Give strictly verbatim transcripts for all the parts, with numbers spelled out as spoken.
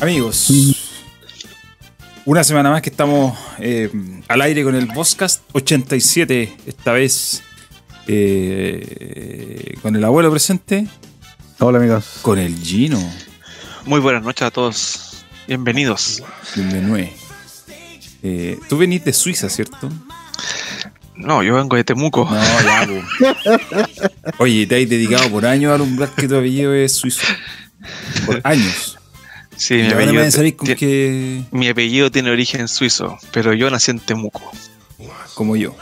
Amigos, una semana más que estamos eh, al aire con el Vozcast ochenta y siete, esta vez eh, con el abuelo presente. Hola amigos. Con el Gino. Muy buenas noches a todos, bienvenidos. Bienvenido. Eh, Tú venís de Suiza, ¿cierto? No, yo vengo de Temuco. No, ya, po. Oye, te has dedicado por años a alumbrar que tu apellido es suizo. Por años. Sí, y mi ahora apellido, me salís con ti- que... mi apellido tiene origen suizo, pero yo nací en Temuco. como yo.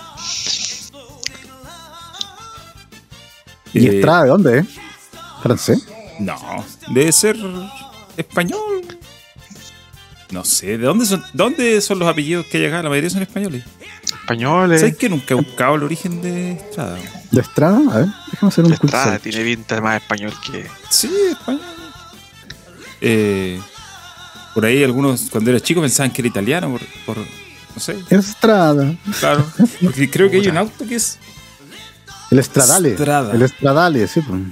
¿Y Eh, Estrada de dónde, eh? ¿Francés? No, debe ser español. No sé, ¿de dónde son, dónde son los apellidos que hay acá? La mayoría son españoles. Españoles. ¿Sabes que nunca he buscado el origen de Estrada? ¿De Estrada? A ver, déjame hacer un quick Estrada search. tiene pinta más español que... Sí, español. Eh, por ahí algunos, cuando era chico, pensaban que era italiano, por, por no sé, Estrada. claro. Porque creo que hay un auto que es El Estradale. Estrada. El Estradale, sí, pues.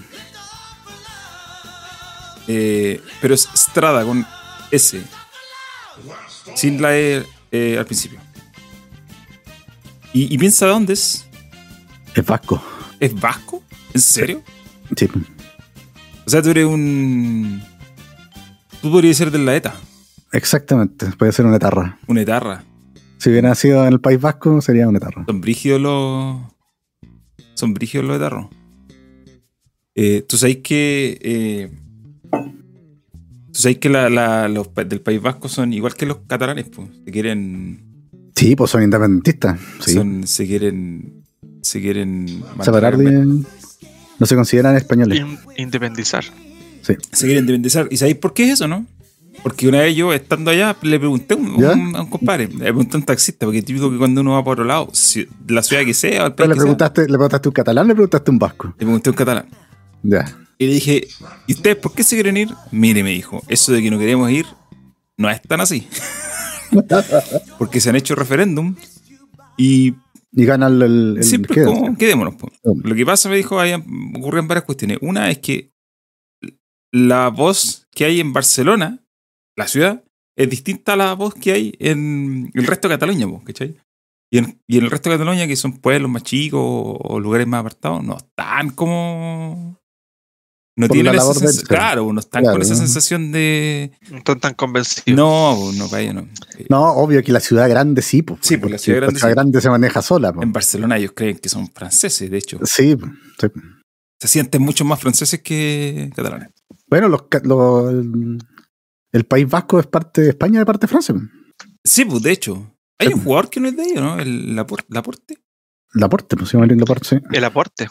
Eh, pero es Strada con S, sin la E eh, al principio. ¿Y, y piensa de dónde es? Es vasco. ¿Es vasco? ¿En serio? Sí, pues. O sea, tú eres un... Tú podrías ser de la ETA, Exactamente. Puede ser una etarra. una etarra. Si hubiera nacido en el País Vasco, sería una etarra. Son brígidos los... Son brígidos los etarros. Eh, tú sabes que... Eh, tú sabes que la, la- los pa- del País Vasco son igual que los catalanes, pues. Se quieren... Sí, pues son independentistas. Sí. Son, se quieren... Se quieren... Separar mantener- de... No se consideran españoles. in- independizar. Sí. Se quieren independizar. ¿Y sabéis por qué es eso, no? Porque una vez yo, estando allá, le pregunté a un, ¿Ya? un- a un compadre, le pregunté a un taxista, porque es típico que cuando uno va por otro lado, si- la ciudad que sea, o el país Pero le que sea, preguntaste, le preguntaste un catalán, le preguntaste un vasco. le pregunté a un catalán. Ya. Y le dije, ¿y ustedes por qué se quieren ir? Mire, me dijo, eso de que no queremos ir no es tan así. Porque se han hecho referéndum y Y ganan el... el, el siempre ¿qué? es como, quedémonos. Po. Mm. Lo que pasa, me dijo, hay, ocurren varias cuestiones. Una es que la voz que hay en Barcelona, la ciudad, es distinta a la voz que hay en el resto de Cataluña, po, ¿cachai? Y en, y en el resto de Cataluña, que son pueblos más chicos o, o lugares más apartados, no están como... No Por tienen la esa labor del sensación, ser. claro, no están Claro, con esa ¿no? sensación de... No están tan convencidos. No, po, no, para ellos no. No, obvio que la ciudad grande sí, pues. Sí, pues, la ciudad grande La ciudad sí. grande se maneja sola, pues. En Barcelona ellos creen que son franceses, de hecho. Sí, pues, sí. Se sienten mucho más franceses que catalanes. Bueno, los, ca- los- el, el País Vasco es parte de España y parte de Francia. Sí, pues de hecho. Hay Sí. un jugador que no es de ellos, ¿no? El Lapor- Laporte. Laporte, pues se llama el Laporte, sí. El aporte.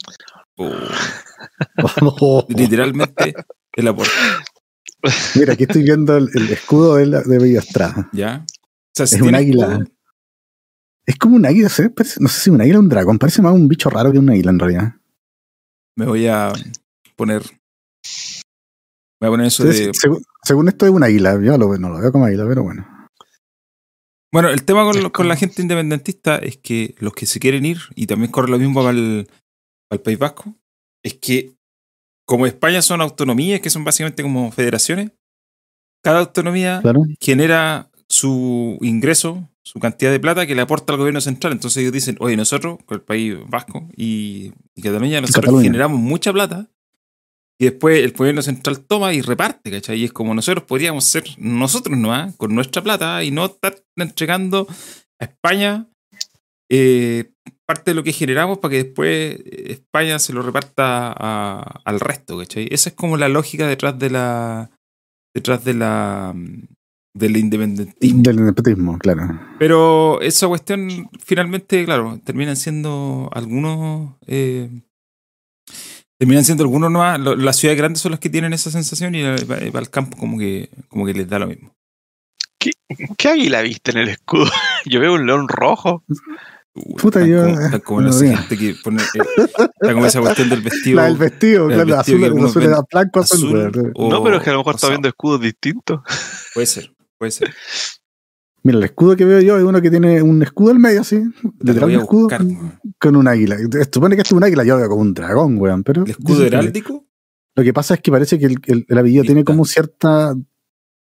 Oh, literalmente el Laporte. Mira, aquí estoy viendo el, el escudo de, la, de Bello Estrada. ¿Ya? O sea, si Es un tiene águila. escudo, Es como un águila, ¿sí? Parece- no sé si un águila o un dragón. Parece más un bicho raro que un águila en realidad. me voy a poner. Voy a poner eso Entonces, de. según, según esto es un águila. Yo lo- no lo veo como águila, pero bueno. Bueno, el tema con, Es lo- con como- la gente independentista es que los que se quieren ir, y también corre lo mismo para el, para el País Vasco, es que como España son autonomías, que son básicamente como federaciones, cada autonomía Claro. genera su ingreso, su cantidad de plata que le aporta al gobierno central. Entonces ellos dicen, oye, nosotros, con el País Vasco y, y Cataluña, nosotros Cataluña. generamos mucha plata y después el gobierno central toma y reparte, ¿cachai? Y es como nosotros podríamos ser nosotros nomás, con nuestra plata y no estar entregando a España eh, parte de lo que generamos para que después España se lo reparta a- al resto, ¿cachai? Esa es como la lógica detrás de la detrás de la del independentismo. Del independentismo, claro. Pero esa cuestión finalmente, claro, terminan siendo algunos eh, terminan siendo algunos nomás. Lo- Las ciudades grandes son las que tienen esa sensación y al al campo como que como que les da lo mismo. ¿Qué, qué águila viste en el escudo? Yo veo un león rojo. Uh, Puta, están yo- como, están como no esa veo. gente que pone eh, está como esa cuestión del vestido. La del vestido, el claro, vestido azul, que algunos azul ven era blanco, azul. azul weón. o No, pero es que a lo mejor está rosado. viendo escudos distintos. Puede ser, puede ser. Mira, el escudo que veo yo es uno que tiene un escudo al medio, así. Te lo Literal, voy un a escudo buscar. con, con un águila. Supone que esto es un águila, yo veo como un dragón, weón. Pero El escudo dicen que- heráldico. Lo que pasa es que parece que el, el, el apellido Ahí tiene está. como cierta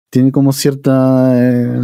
tiene como cierta eh,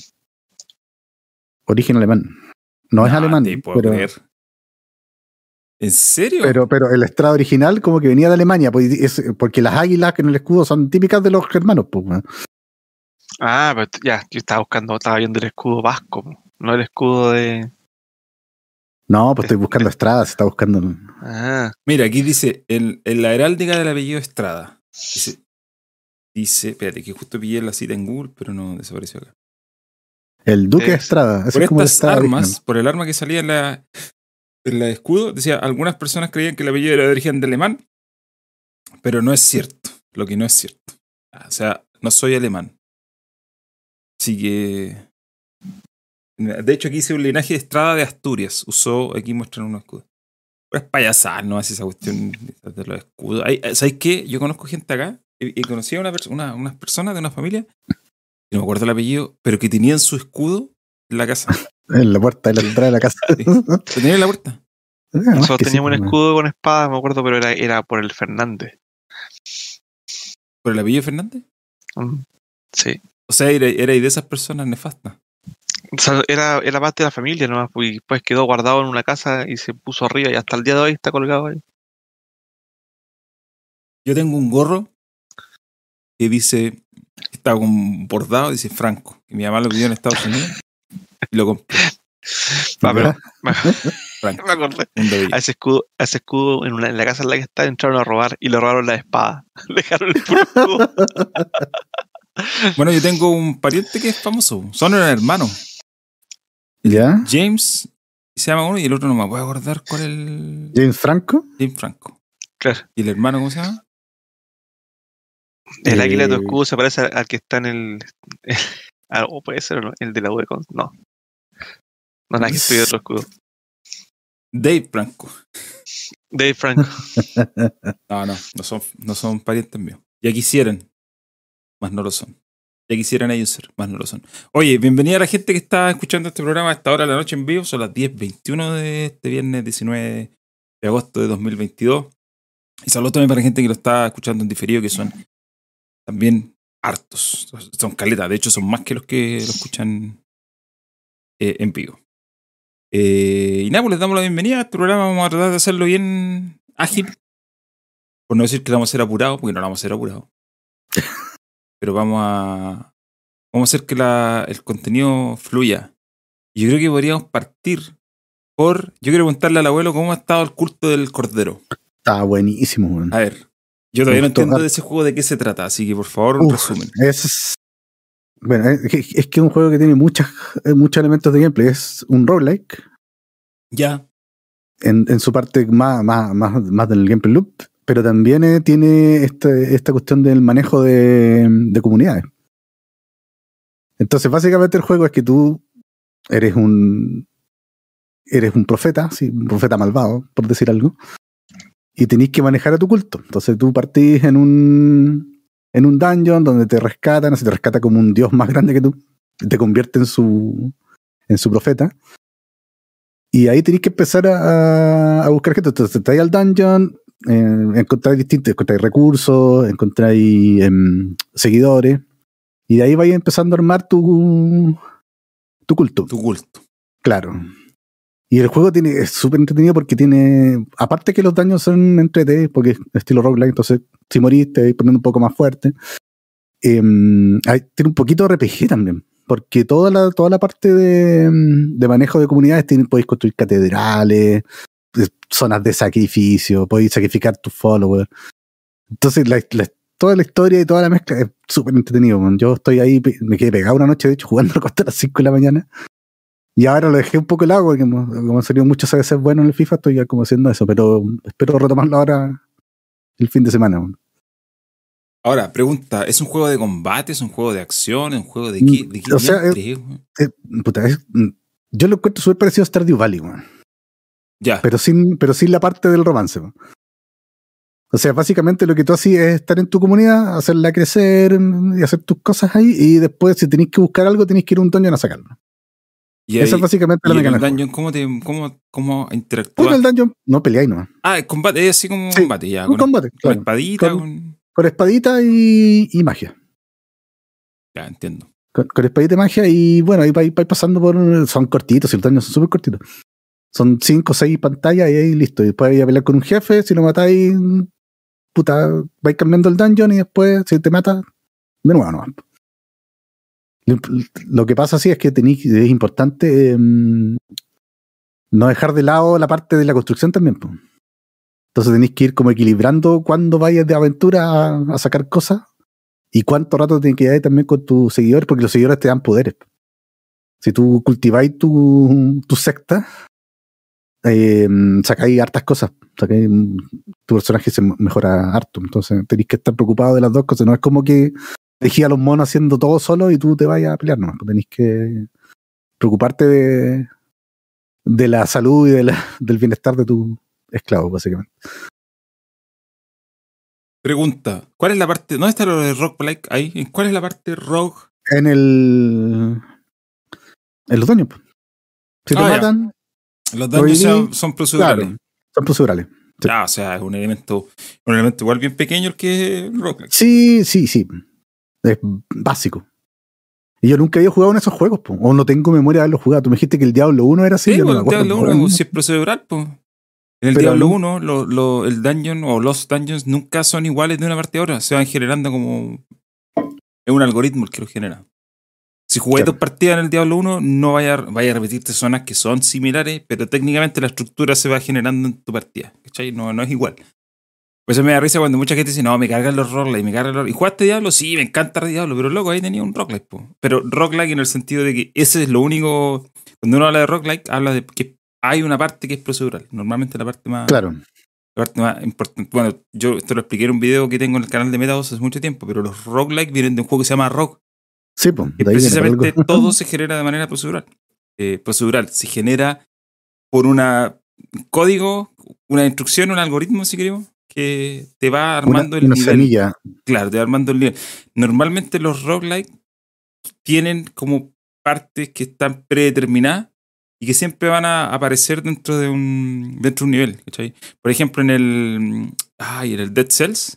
origen alemán. No, no es alemán, te puedo pero, creer. ¿En serio? pero, pero el estrada original como que venía de Alemania, pues, es, porque las águilas en el escudo son típicas de los germanos, pues. Bueno. Ah, pero ya, yo estaba buscando, estaba viendo el escudo vasco, no el escudo de... No, pues estoy buscando Estrada, se está buscando... Ah. Mira, aquí dice, en, en la heráldica del apellido Estrada. Dice, dice, espérate, que justo pillé la cita en Google, pero no desapareció acá. El Duque Es, Estrada. Ese por es como el estas Estrada armas, original. por el arma que salía en la, en la escudo, decía, algunas personas creían que el apellido era de origen de alemán, pero no es cierto, lo que no es cierto. O sea, no soy alemán. Así que... De hecho, aquí dice un linaje de Estrada de Asturias. Usó, aquí muestran unos escudos. Pero es payasar, no es esa cuestión de los escudos. Hay, ¿sabes qué? Yo conozco gente acá y, y conocí a una perso- una, unas personas de una familia, y no me acuerdo el apellido, pero que tenían su escudo en la casa. En la puerta de la entrada de la casa. Sí. ¿Lo tenían en la puerta? Nosotros que teníamos sí, un escudo con espada, me acuerdo, pero era, era por el Fernández. ¿Por el apellido Fernández? Mm, sí. O sea, era, era de esas personas nefastas. O sea, era, era parte de la familia nomás, pues, y después quedó guardado en una casa y se puso arriba y hasta el día de hoy está colgado ahí. Yo tengo un gorro que dice, está con bordado, dice Franco, que mi mamá lo pidió en Estados Unidos y lo compré. Ah, pero me, Franco, me acordé. un de A ese escudo, a ese escudo en, una, en la casa en la que está entraron a robar y le robaron la espada. Le dejaron el puro escudo. Bueno, yo tengo un pariente que es famoso. Son hermanos. ¿Ya? James se llama uno y el otro no me puedo acordar cuál es el... ¿James Franco? James Franco. Claro. ¿Y el hermano cómo se llama? El Eh, águila de tu escudo se parece al, al que está en el... el o puede ser, ¿no? El de la U E C O N. No. No, nada, que estoy de otro escudo. Dave Franco. Dave Franco. No, no, no son, no son parientes míos. Ya quisieran, más no lo son. Ya quisieran ellos ser, más no lo son. Oye, bienvenida a la gente que está escuchando este programa a esta hora de la noche en vivo. Son las diez veintiuno de este viernes diecinueve de agosto de dos mil veintidós. Y saludos también para la gente que lo está escuchando en diferido, que son también hartos. Son caletas, de hecho son más que los que lo escuchan eh, en vivo. Eh, y nada, pues les damos la bienvenida a este programa. Vamos a tratar de hacerlo bien ágil. Por no decir que lo vamos a hacer apurado, porque no lo vamos a hacer apurado. Pero vamos a vamos a hacer que la, el contenido fluya. Y yo creo que podríamos partir por... Yo quiero preguntarle al abuelo cómo ha estado el culto del cordero. Está buenísimo, man. A ver, yo todavía no Gustó. entiendo de ese juego de qué se trata, así que por favor un Uf, resumen. Es... Bueno, es que es que es un juego que tiene muchas, muchos elementos de gameplay. Es un roguelike Ya. en, en su parte más, más, más, más del gameplay loop, pero también eh, tiene este, esta cuestión del manejo de, de comunidades. Entonces, básicamente el juego es que tú eres un eres un profeta, sí, un profeta malvado, por decir algo, y tenés que manejar a tu culto. Entonces tú partís en un en un dungeon donde te rescatan, se te rescata como un dios más grande que tú, te convierte en su en su profeta. Y ahí tenés que empezar a, a buscar gente. Entonces te traes al dungeon, eh, encontráis distintos, encontráis recursos, encontráis eh, seguidores, y de ahí vais empezando a armar tu, tu culto. Tu culto. Claro. Y el juego tiene, es súper entretenido porque tiene, aparte que los daños son entretenidos, porque es estilo roguelike, entonces si morís te vais poniendo un poco más fuerte. Eh, hay, tiene un poquito de R P G también. Porque toda la, toda la parte de, de manejo de comunidades tienen, podéis construir catedrales, zonas de sacrificio, podéis sacrificar tus followers. Entonces, la, la, toda la historia y toda la mezcla es súper entretenido. Man. Yo estoy ahí, me quedé pegado una noche, de hecho, jugando hasta las cinco de la mañana. Y ahora lo dejé un poco helado, porque como, como han salido muchas veces bueno en el FIFA, estoy ya como haciendo eso. Pero espero retomarlo ahora el fin de semana. Man. Ahora, pregunta, ¿es un juego de combate? ¿Es un juego de acción? ¿Es un juego de qué? ¿De qué o sea, es, es, puta, es, yo lo encuentro súper parecido a Stardew Valley, man. Ya. Pero sin, pero sin la parte del romance, man. O sea, básicamente lo que tú haces es estar en tu comunidad, hacerla crecer y hacer tus cosas ahí, y después si tenés que buscar algo, tenés que ir a un dungeon a sacarlo. Y Esa ahí, es básicamente y la en mecánica. el dungeon, ¿cómo, te, cómo, cómo Porque interactúas? el dungeon no peleáis nomás. Ah, el combate, es así como Sí, combate ya. Un Con, combate, con claro. espadita, Con, con... con espadita y, y magia. Ya, entiendo. Con, con espadita de magia y bueno, ahí vais vais pasando por... Son cortitos, y los daños son súper cortitos. Son cinco o seis pantallas y ahí listo. Y después vais a pelear con un jefe, si lo matáis, puta, vais cambiando el dungeon y después, si te mata, de nuevo nomás. Lo, lo que pasa sí es que tenéis, es importante eh, no dejar de lado la parte de la construcción también, pues. Entonces tenéis que ir como equilibrando cuando vayas de aventura a, a sacar cosas y cuánto rato te quedáis también con tus seguidores, porque los seguidores te dan poderes. Si tú cultiváis tu, tu secta, eh, sacáis hartas cosas. Sacáis, tu personaje se mejora harto. Entonces tenéis que estar preocupado de las dos cosas. No es como que elegí a los monos haciendo todo solo y tú te vayas a pelear. No, tenéis que preocuparte de, de la salud y de la, del bienestar de tu esclavo, básicamente. Pregunta, ¿cuál es la parte? ¿Dónde está lo de roguelike ahí? ¿Cuál es la parte rogue? En el... En los daños. Si te Ah, matan... Ya. Los daños son, son procedurales. Claro, son procedurales. Sí. Ah, o sea, es un elemento, un elemento igual bien pequeño el que es roguelike. Sí, sí, sí. Es básico. Y yo nunca había jugado en esos juegos, po. O no tengo memoria de haberlo jugado. Tú me dijiste que el Diablo uno era así. Sí, yo no el me acuerdo. Diablo uno si es procedural, pues. En el Pero Diablo no- uno, lo, lo, el dungeon o los dungeons nunca son iguales de una parte a otra. Se van generando como... Es un algoritmo el que lo genera. Si jugué Claro. dos partidas en el Diablo uno, no vaya, vaya a repetirte zonas que son similares, pero técnicamente la estructura se va generando en tu partida. ¿Cachai? No, no es igual. Por eso me da risa cuando mucha gente dice, no, me cargan los roguelike, me cargan los... ¿Y jugaste Diablo? Sí, me encanta el Diablo, pero loco, ahí tenía un roguelike, po. Pero roguelike en el sentido de que ese es lo único... Cuando uno habla de roguelike, habla de que hay una parte que es procedural. Normalmente la parte más... Claro. La parte más importante. Bueno, yo esto lo expliqué en un video que tengo en el canal de Metados hace mucho tiempo, pero los roguelike vienen de un juego que se llama Rogue. Sí, pues. Que precisamente todo se genera de manera procedural. Eh, procedural se genera por una un código, una instrucción, un algoritmo, si queremos, que te va armando una, el una nivel. semilla. Claro, te va armando el nivel. Normalmente los roguelike tienen como partes que están predeterminadas y que siempre van a aparecer dentro de un dentro de un nivel, ¿cachai? Por ejemplo, en el ay, en el Dead Cells,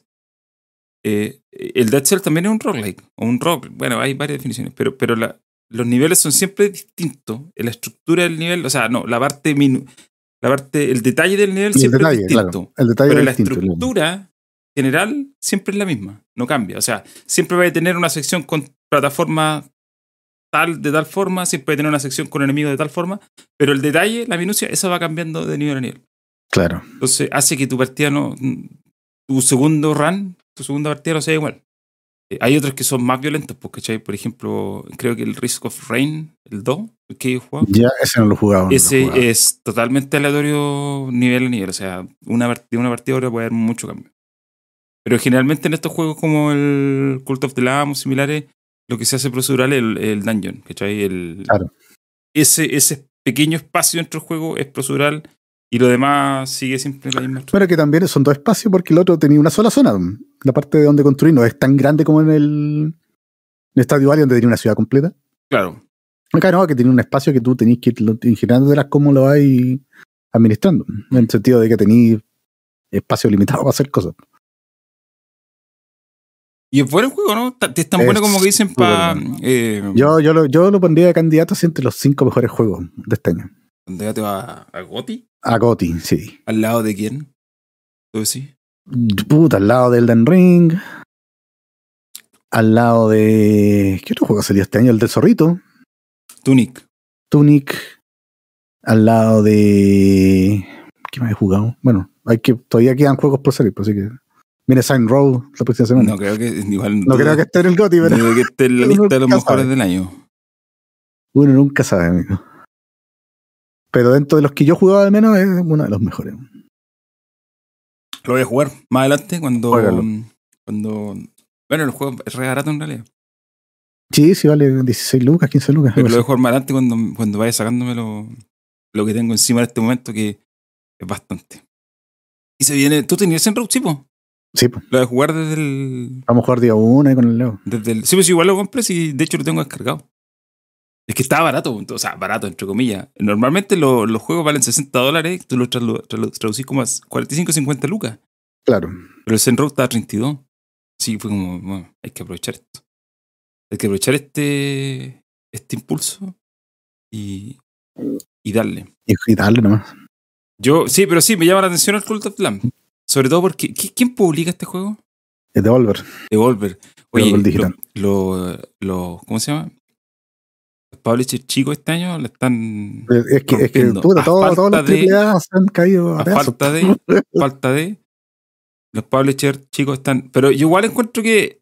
eh, el Dead Cells también es un roguelike o un rogue. Bueno, hay varias definiciones, pero, pero la, los niveles son siempre distintos. La estructura del nivel, o sea, no, la parte minu, la parte, el detalle del nivel Y el siempre detalle, es distinto. claro. El detalle Pero es la distinto, claro. estructura general siempre es la misma, no cambia. O sea, siempre va a tener una sección con plataforma tal, de tal forma, siempre va a tener una sección con enemigos de tal forma, pero el detalle, la minucia, eso va cambiando de nivel a nivel. Claro. Entonces hace que tu partida no, tu segundo run, tu segunda partida no sea igual. Eh, hay otros que son más violentos, porque, ¿cachai? Por ejemplo, creo que el Risk of Rain, el dos, el que yo he jugado, Ya, ese no lo he jugado. No lo he ese jugado. es totalmente aleatorio nivel a nivel. O sea, una partida, una partida a otra puede haber mucho cambio. Pero generalmente en estos juegos como el Cult of the Lamb o similares, lo que se hace procedural es el, el dungeon, ¿cachai? El, Claro. ese, ese pequeño espacio dentro del juego es procedural y lo demás sigue siempre la misma estructura. Bueno, que también son dos espacios porque el otro tenía una sola zona. La parte de donde construir no es tan grande como en el, en el Stardew Valley, donde tenía una ciudad completa. Claro. Acá no, que tiene un espacio que tú tenés que ir generándolas como lo vais administrando. En el sentido de que tenéis espacio limitado para hacer cosas. Y es bueno el juego, ¿no? Es tan Es bueno como que dicen para... súper Eh, Yo, yo, lo, yo lo pondría de candidato así entre los cinco mejores juegos de este año. ¿Dónde ya te va a Gotti? A Gotti, sí. ¿Al lado de quién? ¿Tú decís? Puta, al lado de Elden Ring. Al lado de... ¿Qué otro juego salió este año? El del Zorrito. Tunic. Tunic. Al lado de... ¿Qué más he jugado? Bueno, hay que todavía quedan juegos por salir, pues, así que... Viene Sign Row la próxima semana. No creo que... Igual, No creo que esté en el Gotti, pero dudo que esté en la uno lista de los nunca mejores sabe. del año. Uno nunca sabe, amigo. Pero dentro de los que yo jugaba al menos es uno de los mejores. Lo voy a jugar más adelante cuando... Juégalo. cuando bueno, el juego es re barato en realidad. Sí, sí, vale dieciséis lucas, quince lucas. Pero algo lo voy a así. jugar más adelante cuando, cuando vaya sacándome lo, lo que tengo encima en este momento, que es bastante. Y se viene... ¿Tú tenías en Road, sí, po? Sí, pues. Lo voy a jugar desde el... Vamos a jugar día uno ahí con el Leo. Desde el sí, pues igual lo compré, sí, de hecho lo tengo descargado. Es que estaba barato, o sea, barato, entre comillas. Normalmente lo, los juegos valen sesenta dólares, tú los tradu- tradu- traducís como a cuarenta y cinco, cincuenta lucas. Claro. Pero el Zen Road estaba a treinta y dos. Sí, fue como, bueno, hay que aprovechar esto. Hay que aprovechar este, este impulso y, y darle. Y, y darle nomás. Yo, sí, pero sí, me llama la atención el Cult of the Lamb. Sobre todo porque, ¿qui- ¿quién publica este juego? Es Devolver. Devolver. Oye, Devolver Digital. lo, lo, lo- ¿cómo se llama? Los publishers chicos este año le están Es que, es que rompiendo. puta, A todo- falta todos los de- triple A se han caído a, a pedazos. falta de falta de los publishers chicos están, pero yo igual encuentro que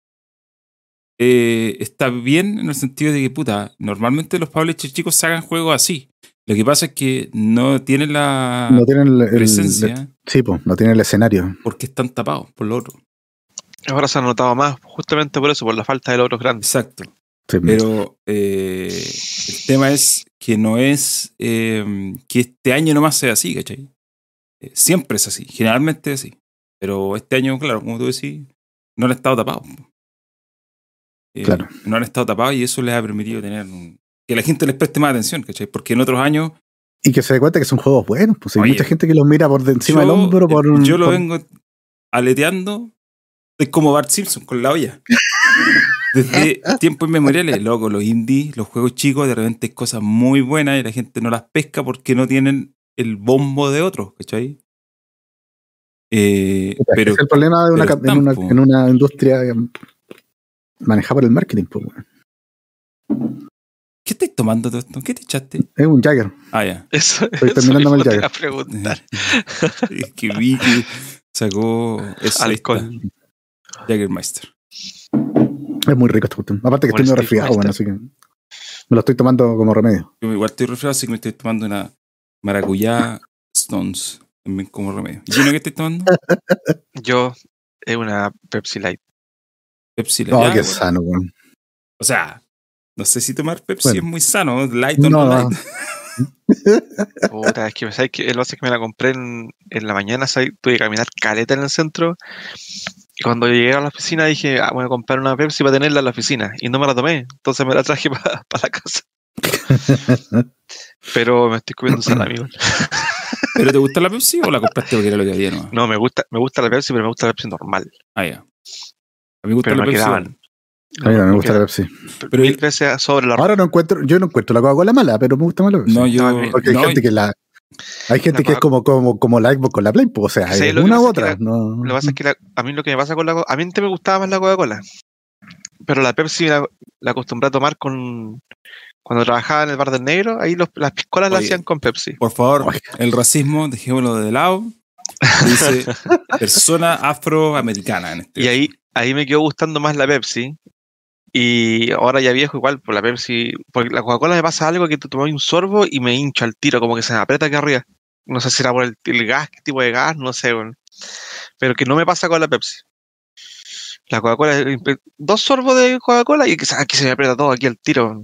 eh, está bien en el sentido de que puta, normalmente los publishers chicos sacan juegos así. Lo que pasa es que no tienen la No tienen el, el- presencia sí, pues, no tienen el escenario. porque están tapados por lo otro. Ahora se ha notado más, justamente por eso, por la falta de logros grandes. Exacto. Sí, Pero eh, el tema es que no es eh, que este año nomás sea así, ¿cachai? Eh, siempre es así, generalmente es así. Pero este año, claro, como tú decís, no han estado tapados. Eh, Claro. No han estado tapados y eso les ha permitido tener un- que la gente les preste más atención, ¿cachai? Porque en otros años Y que se dé cuenta que son juegos buenos. Pues hay Oye, mucha gente que los mira por de encima yo, del hombro. Por, un- yo lo por- vengo aleteando. Estoy como Bart Simpson con la olla. Desde tiempos inmemoriales, loco, los indies, los juegos chicos, de repente hay cosas muy buenas y la gente no las pesca porque no tienen el bombo de otros, ¿cachai? Eh, Puta, pero es el problema de una, pero cap- en, una, están, po. en una industria eh, manejada por el marketing. Pues, weón. ¿qué estáis tomando todo esto? ¿Qué te echaste? Es un Jagger. Ah, ya. Eso, Estoy eso terminándome mismo el te iba Jagger. a preguntar. Es que vi que sacó eso, ahí está, Alcohol. Jägermeister. Es muy rico este cuestión. Aparte que Como estoy el medio Steve resfriado, bueno, Meister. así que me lo estoy tomando como remedio. Yo igual estoy resfriado, así que me estoy tomando una maracuyá Stones también como remedio. ¿Y Gino, qué estás tomando? Yo, es una Pepsi Light. Pepsi Light. No, Ya, qué bueno. sano, weón. O sea, no sé si tomar Pepsi Bueno. es muy sano, light o No, no no. light. Puta, es que ¿sabes qué? El base es que me la compré en, en la mañana, ¿sabes? Tuve que caminar caleta en el centro. Y cuando llegué a la oficina dije, ah, voy a comprar una Pepsi para tenerla en la oficina. Y no me la tomé, entonces me la traje para la casa. Pero me estoy comiendo salami, amigo. ¿Pero te gusta la Pepsi o la compraste porque era lo que había? No, No, me gusta, me gusta la Pepsi, pero me gusta la Pepsi normal. ah, ya. A mí me gusta Pero la no Pepsi. quedaban. igual. A mí no me No gusta la queda- Pepsi. Pero- mil veces sobre la Ahora no encuentro, yo no encuentro la Coca-Cola mala, pero me gusta más la Pepsi. No, yo. No, Porque hay no, gente que la. Hay gente La que es como, como, como la Xbox con la Play, pues, o sea, Sí, es lo que una u pasa es que otra. la- no. Lo que pasa es que la- a mí lo que me pasa con la Coca- a mí antes me gustaba más la Coca-Cola. Pero la Pepsi la, la acostumbré a tomar con cuando trabajaba en el bar del negro, ahí los- las piscolas las Oye. hacían con Pepsi. Por favor, el racismo, dejémoslo de lado. Dice persona afroamericana en este Y ahí, ahí me quedó gustando más la Pepsi. Y ahora ya viejo igual, por la Pepsi, porque la Coca-Cola me pasa algo que tú tomas un sorbo y me hincha el tiro, como que se me aprieta aquí arriba. No sé si era por el, el gas, qué tipo de gas, no sé, bueno. Pero que no me pasa con la Pepsi. La Coca-Cola, eh, dos sorbos de Coca-Cola y que se- aquí se me aprieta todo aquí el tiro.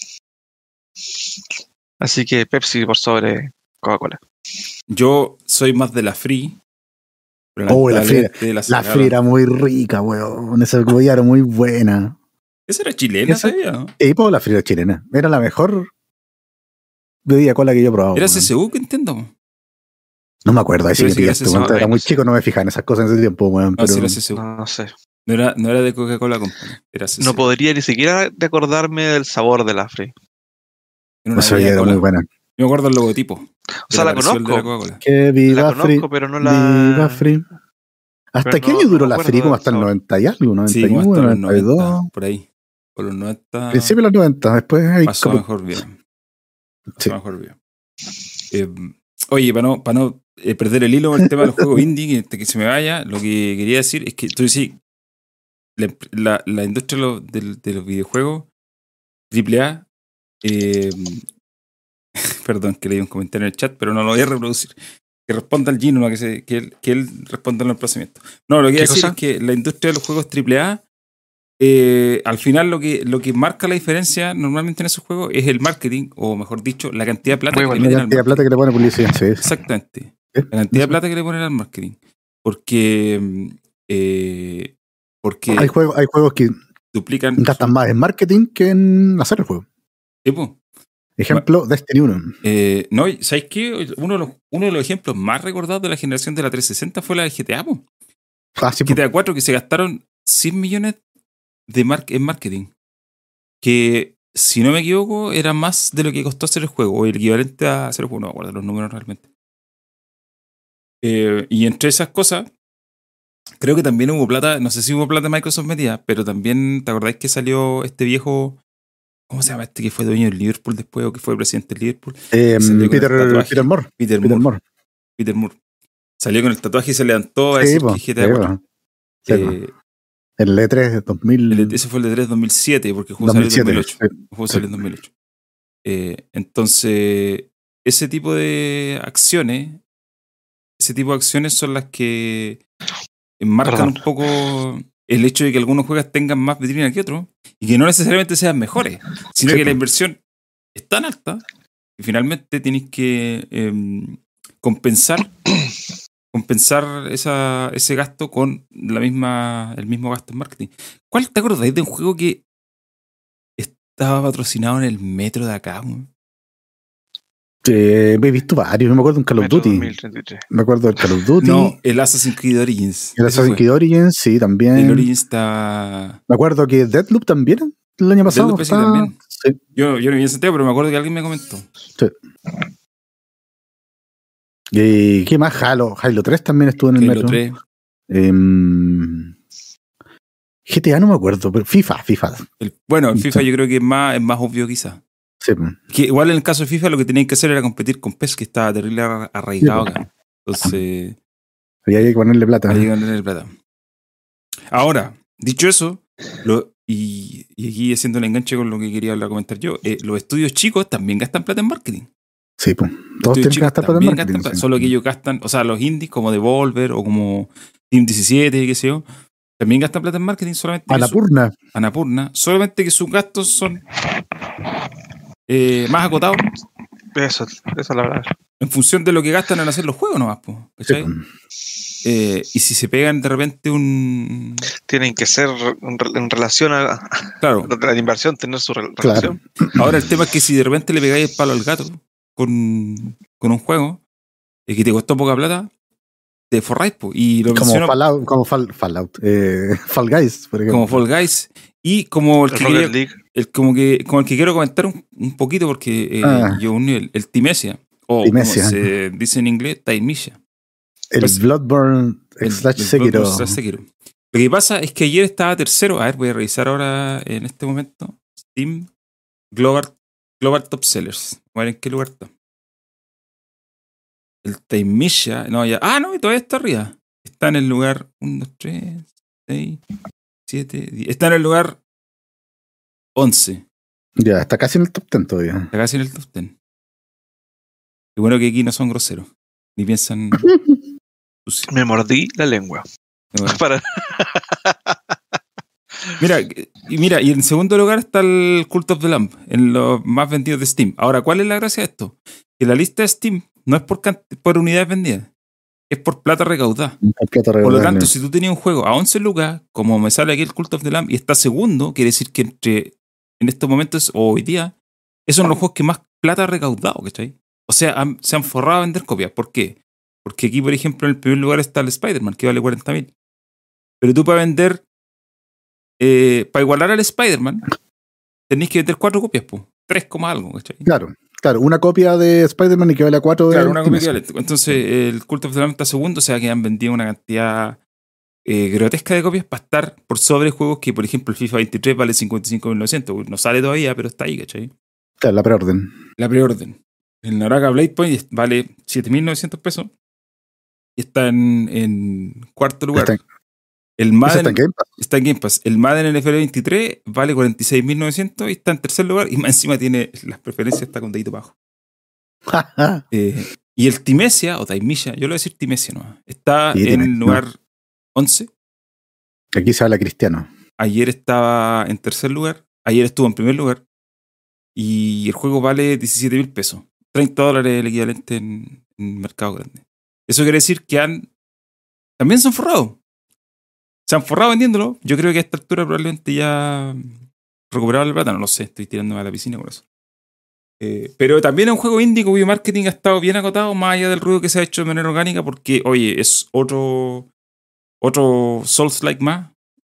Así que Pepsi por sobre Coca-Cola. Yo soy más de la free. pero Oh, la free- lamentablemente La sacaron. Free era muy rica, weón. Esa cebolla era muy buena. Esa era chilena, Esa- ¿sabía? ¿No? Y pues la Free era chilena. Era la mejor bebida cola que yo he probado. Era weón. C S U, que entiendo. No me acuerdo, ahí sí Creo me que era pillaste, C S U, weón. Era no muy sé. chico, no me fijaba en esas cosas en ese tiempo, weón. No, Pero sí era C S U. No, no sé. No era, no era de Coca-Cola Company. Era C S U. No podría ni siquiera de acordarme del sabor de la Free. Era una no sé, bebida era cola. muy buena. Yo me acuerdo el logotipo. O sea, la versión de la conozco. Coca-Cola. Que La viva conozco, Free. pero no la. Viva Free. ¿Hasta Pero qué no- año no duró me la acuerdo Free? Como del hasta el sabor. noventa y algo, noventa Sí, y como uno, hasta los noventa y dos. noventa, por ahí. Por los noventa Principio de los noventa, después hay pasó como. mejor bien. Pasó Sí. mejor bien. Eh, oye, para no, para no eh, perder el hilo con el tema de los juegos indie, que, que se me vaya, lo que quería decir es que tú decís, la, la, la industria de los, del- de los videojuegos, triple A, eh, perdón que leí un comentario en el chat, pero no lo voy a reproducir. Que responda al Gino, no, que, se, que, él, que él responda en el emplazamiento. No, lo que ¿Qué quiero decir cosa? es que la industria de los juegos triple A, eh, al final lo que, lo que marca la diferencia normalmente en esos juegos es el marketing, o mejor dicho, la cantidad de plata Muy que bueno. le La meten al cantidad de plata marketing. que le pone publicidad, sí. Exactamente. ¿Eh? La cantidad de plata que le ponen al marketing. Porque, eh, porque Hay juegos, hay juegos que duplican. gastan más en marketing que en hacer el juego. Tipo, Ejemplo, Destiny uno. eh, no, ¿sabes qué? Uno de, los, uno de los ejemplos más recordados de la generación de la trescientos sesenta fue la de G T A. Po. Ah, sí, po. G T A cuatro, que se gastaron cien millones de mar en marketing. que, si no me equivoco, era más de lo que costó hacer el juego, o el equivalente a hacer el juego, no me acuerdo los números realmente. Eh, y entre esas cosas, creo que también hubo plata, no sé si hubo plata de Microsoft metida, pero también, ¿te acordáis que salió este viejo, ¿cómo se llama este que fue dueño del Liverpool después, o que fue presidente del Liverpool? Eh, Peter, Peter Moore. Peter, Peter Moore. Moore. Peter Moore. Salió con el tatuaje y se levantó a Sí, decir po, que G T A cuatro. sí, Eh, el E tres dos mil. el, ese fue el de tres dos mil siete, porque el juego dos mil siete, salió en dos mil ocho. sí. El juego salió en dos mil ocho. Eh, entonces, ese tipo de acciones, ese tipo de acciones son las que enmarcan Perdón. un poco el hecho de que algunos juegos tengan más vitrina que otros y que no necesariamente sean mejores, sino Sí, que la po. inversión es tan alta que finalmente tenéis que eh, compensar compensar esa, ese gasto con la misma, el mismo gasto en marketing. ¿Cuál te acordáis de un juego que estaba patrocinado en el metro de acá? ¿No? Eh, he visto varios, no me acuerdo de un Call of Metro Duty. dos mil treinta y tres. Me acuerdo del Call of Duty. No, el Assassin's Creed Origins. El Ese Assassin's Creed Origins, sí, también. fue. El Origins está... Me acuerdo que Deathloop también, el año pasado. Deathloop sí, está- también. sí. Yo, yo no vi en Santiago, pero me acuerdo que alguien me comentó. ¿Y qué más? Halo. Halo tres también estuvo en el Halo metro. tres. Em, G T A no me acuerdo, pero FIFA, FIFA. El- bueno, el Sí. FIFA yo creo que es más, es más obvio quizás. Sí, Que igual en el caso de FIFA lo que tenían que hacer era competir con P E S, que estaba terrible arra- arraigado Sí, acá. Entonces... ahí hay que ponerle plata. Ahí ganan el plata. Ahora, dicho eso, lo, y, y aquí haciendo el enganche con lo que quería hablar, comentar yo, eh, los estudios chicos también gastan plata en marketing. Sí, pues. Los Todos estudios tienen que chicos gastar plata en también marketing. gastan plata, sí. solo que ellos gastan, o sea, los indies como Devolver o como Team diecisiete, qué sé yo, también gastan plata en marketing, solamente que su- Annapurna. Annapurna, solamente que sus gastos son eh, más acotados Eso, esa es la verdad. en función de lo que gastan en hacer los juegos nomás, po, Sí, ¿cachai? pues. Eh, y si se pegan de repente un... Tienen que ser en re- en relación a Claro, a la inversión, tener su re- Claro. relación. ahora el tema es que si de repente le pegáis el palo al gato con, con un juego eh, que te costó poca plata, te forráis, po. Y lo Como menciono Fallout, como Fall, Fallout eh, Fall Guys, por ejemplo. como Fall Guys. Y como el El que, Rocket quería- League. el, como que, como el que quiero comentar un, un poquito, porque eh, Ah. yo un nivel, el Timesia, o Timesia. como se dice en inglés, Taimisia. El pues- Bloodborne El- slash el Sekiro. Bloodborne slash Sekiro. Lo que pasa es que ayer estaba tercero. A ver, voy a revisar ahora en este momento. Steam Global, Global Top Sellers. A ver en qué lugar está. El Taimisia. No, ya. Ah, no, y todavía está arriba. Está en el lugar uno, dos, tres, seis, siete, diez. Está en el lugar once. Ya, está casi en el top diez todavía. Está casi en el top diez. Qué bueno que aquí no son groseros. Ni piensan. sucio. Me mordí la lengua. Bueno. Para, Mira, y mira, y en segundo lugar está el Cult of the Lamb, en los más vendidos de Steam. Ahora, ¿cuál es la gracia de esto? Que la lista de Steam no es por, cant- por unidades vendidas, es por plata recaudada. El plato Por lo regular, tanto, ¿no? si tú tenías un juego a once lucas, como me sale aquí el Cult of the Lamb, y está segundo, quiere decir que entre en estos momentos o hoy día, esos son los juegos que más plata ha recaudado, ¿cachai? O sea, han- se han forrado a vender copias. ¿Por qué? Porque aquí, por ejemplo, en el primer lugar está el Spider-Man, que vale cuarenta mil. Pero tú para vender, eh, para igualar al Spider-Man, tenés que vender cuatro copias, pues. Tres coma algo, ¿cachai? Claro, claro, una copia de Spider-Man equivale a cuatro Claro, de una copia Timesia. equivalente. Entonces, el Cult of the Lamb está segundo, o sea que han vendido una cantidad eh, grotesca de copias para estar por sobre juegos que, por ejemplo, el FIFA veintitrés vale cincuenta y cinco mil novecientos. No sale todavía, pero está ahí, ¿cachai? Claro, la preorden. La preorden. El Naraka Blade Point vale siete mil novecientos pesos y está en, en cuarto lugar. Está en- el Ese Madden está en Game Pass. está en Game Pass. El Madden N F L veintitrés vale cuarenta y seis mil novecientos y está en tercer lugar y más encima tiene las preferencias, está con dedito bajo. Eh, y el Timesia, o Taimisia, yo lo voy a decir Timesia nomás, está Sí, en tiene- el lugar once. Aquí se habla cristiano. Ayer estaba en tercer lugar. Ayer estuvo en primer lugar. Y el juego vale diecisiete mil pesos. treinta dólares el equivalente en, en mercado grande. Eso quiere decir que han también se han forrado. Se han forrado vendiéndolo. Yo creo que a esta altura probablemente ya recuperado la plata. No lo sé, estoy tirándome a la piscina con eso. Eh, pero también es un juego indie cuyo marketing ha estado bien acotado, más allá del ruido que se ha hecho de manera orgánica, porque, oye, es otro otro Souls-like más.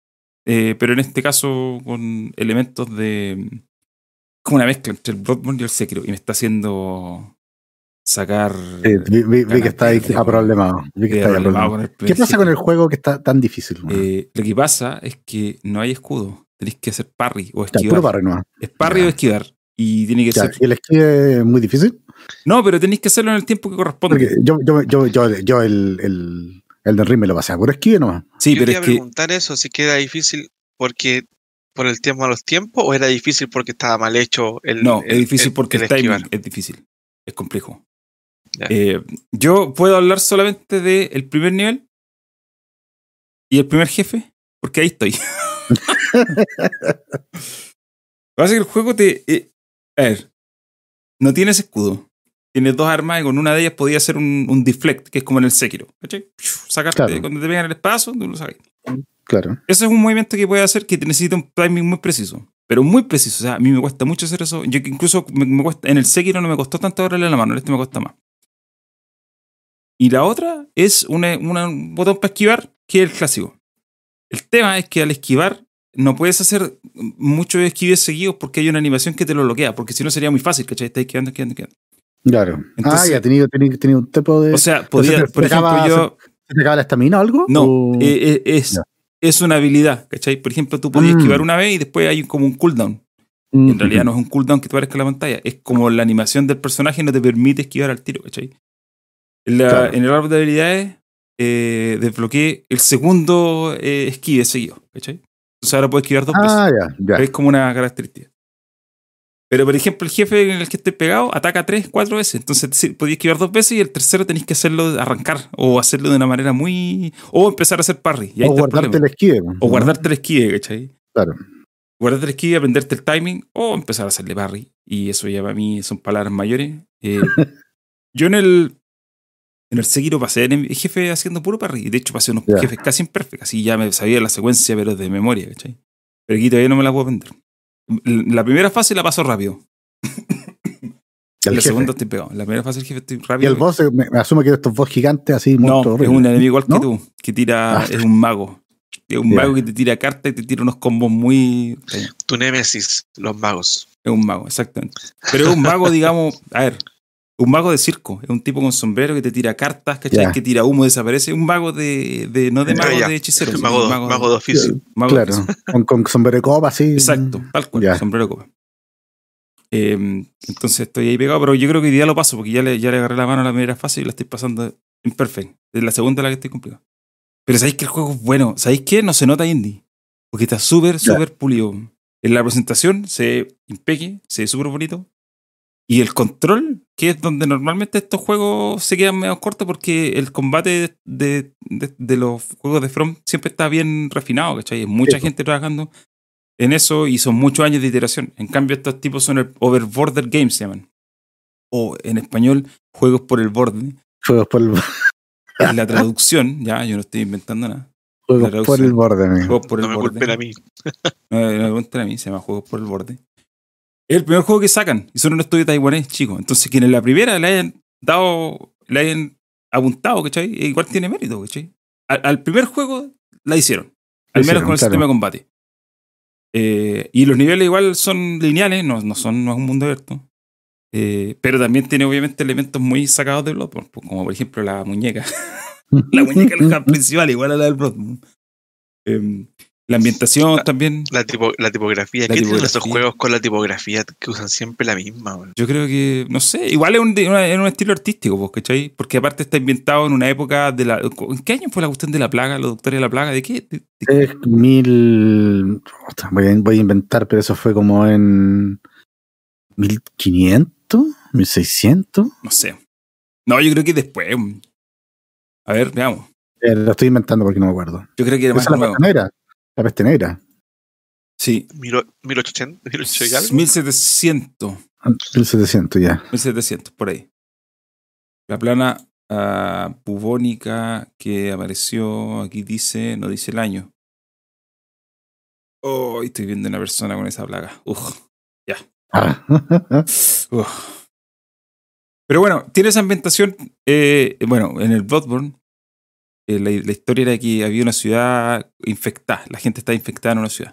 eh, pero en este caso con elementos de... como una mezcla entre el Bloodborne y el Sekiro. Y me está haciendo sacar... Sí, vi, vi- vi ganas que está ahí de- aproblemado. Vi que de está ahí problemado aproblemado. con el ¿Qué primer pasa con el Sekiro. juego que está tan difícil? weón? Eh, lo que pasa es que no hay escudo. Tenéis que hacer parry o Ya, puro esquivar. barrio nomás. Es parry Ya. o esquivar. Y tiene que Ya, ser... ¿y el esquive es muy difícil? No, pero tenéis que hacerlo en el tiempo que corresponde. Porque yo, yo, yo, yo, yo el, el, el del ring me lo pasé a puro esquive nomás. Sí, Yo pero te es iba a que... preguntar eso, si que era difícil porque por el tiempo a los tiempos o era difícil porque estaba mal hecho el No, el- es difícil el- porque el, el timing esquivar. es difícil. Es complejo. Ya. Eh, yo puedo hablar solamente del primer nivel y el primer jefe, porque ahí estoy. Pasa que el juego te... eh, a ver, no tienes escudo. Tienes dos armas y con una de ellas podía hacer un, un deflect, que es como en el Sekiro. ¿Cachai? Sacarte Claro. cuando te pegan el espazo, tú lo sacas. Claro. Ese es un movimiento que puede hacer que te necesita un timing muy preciso. Pero muy preciso. O sea, a mí me cuesta mucho hacer eso. Yo que incluso me, me cuesta, en el Sekiro no me costó tanto agarrarle la mano, en este me cuesta más. Y la otra es una, una- un botón para esquivar, que es el clásico. El tema es que al esquivar no puedes hacer muchos esquives seguidos porque hay una animación que te lo bloquea, porque si no sería muy fácil, ¿cachai? Estás esquivando, esquivando, esquivando. Claro. Entonces- ah, ya, tenía, tenía, tenía un tipo de... O sea, podía, Entonces, por ¿se ejemplo, acaba- yo... ¿Se te acaba la estamina o algo? No, ¿O- eh, eh, es, Ya. es una habilidad, ¿cachai? Por ejemplo, tú podías Mm. esquivar una vez y después hay como un cooldown. Mm, En realidad ujú. no es un cooldown que te aparezca en la pantalla, es como la animación del personaje no te permite esquivar al tiro, ¿cachai? En, la- Claro. en el árbol de habilidades eh, desbloqueé el segundo eh, esquive seguido, ¿cachai? Entonces ahora puedo esquivar dos veces. Ah, ya, ya. Es como una característica. Pero por ejemplo, el jefe en el que estoy pegado ataca tres, cuatro veces. Entonces sí, podía esquivar dos veces y el tercero tenéis que hacerlo arrancar o hacerlo de una manera muy... O empezar a hacer parry. Y ahí O está el guardarte el problema. esquive. O guardarte el esquive, ¿cachai? Claro. Guardarte el esquive, aprenderte el timing o empezar a hacerle parry. Y eso ya para mí son palabras mayores. Eh, yo en el en el Sekiro pasé en el jefe haciendo puro parry. Y de hecho pasé unos Ya. jefes casi imperfectos. Así ya me sabía la secuencia, pero de memoria, ¿cachai? Pero aquí todavía no me la puedo aprender. La primera fase la paso rápido. El la jefe. segunda estoy pegado. La primera fase del jefe estoy Y rápido. el boss, eh, me, me asumo que estos boss gigantes así, No, monstruos es horribles. un enemigo igual ¿No? que tú, que tira, Ah. es un mago. Es un Ya. mago que te tira cartas y te tira unos combos muy... Tu némesis, los magos. Es un mago, exactamente. Pero es un mago, digamos, a ver, un mago de circo. Es un tipo con sombrero que te tira cartas, ¿cachai? Ya. Que tira humo, desaparece. Un mago de, de no de mago Ah, ya. de hechicero, sino Mago, un mago, mago de oficio. mago de Claro. oficio. Con, con sombrero de copa, así. Exacto, tal cual, Ya. sombrero de copa. Eh, entonces estoy ahí pegado, pero yo creo que hoy día lo paso porque ya le, ya le agarré la mano a la primera fase y la estoy pasando imperfecto. Es la segunda la que estoy complicado. Pero sabéis que el juego es bueno. ¿Sabéis qué? No se nota indie. Porque está súper, Ya. súper pulido. En la presentación se ve impeque, se ve súper bonito. Y el control, que es donde normalmente estos juegos se quedan medio cortos porque el combate de, de, de los juegos de From siempre está bien refinado, ¿cachai? Hay mucha Sí, gente trabajando en eso y son muchos años de iteración. En cambio, estos tipos son el Overborder Games, se llaman. O en español, juegos por el borde. Juegos por el, Es la traducción, ya, yo no estoy inventando nada. juegos La por el borde, amigo. Juegos por No el me borde. culpen a mí. No, no me pregunten a mí, se llama Juegos por el Borde. Es el primer juego que sacan y son un estudio taiwanés, chicos. Entonces, quienes en la primera le hayan dado, le hayan apuntado, ¿cachai? Igual tiene mérito, ¿cachai? Al, al primer juego la hicieron, al menos hicieron, con el claro. sistema de combate. Eh, y los niveles igual son lineales, no, no, son, no es un mundo abierto. Eh, pero también tiene obviamente elementos muy sacados de Bloodborne, pues, como por ejemplo la muñeca. La muñeca es la principal, igual a la del Bloodborne. Eh, la ambientación La- también. La, tipo, la tipografía. La ¿Qué tienen esos tipografía. juegos con la tipografía que usan siempre la misma? Bro? Yo creo que, no sé, igual es un, de- una- es un estilo artístico, pues, ¿cachai? Porque aparte está inventado en una época de la... ¿En qué año fue la cuestión de la plaga, los doctores de la plaga? ¿De qué? De- de- Es mil. Ostras, Voy a, voy a inventar, pero eso fue como en. ¿mil quinientos? ¿mil seiscientos? no sé. No, yo creo que después. A ver, veamos. Eh, lo estoy inventando porque no me acuerdo. Yo creo que era más Esa es la nuevo. peste negra. La peste negra. Sí. Mil o- mil ochocientos, mil ochocientos y algo. mil setecientos. mil setecientos ya. mil setecientos, por ahí. La plana ah, bubónica que apareció, aquí dice, no dice el año. Oh, estoy viendo una persona con esa plaga. Uf. Ah. Uf. Pero bueno, tiene esa ambientación. eh, bueno, en el Bloodborne, eh, la, la historia era que había una ciudad infectada, la gente estaba infectada en una ciudad.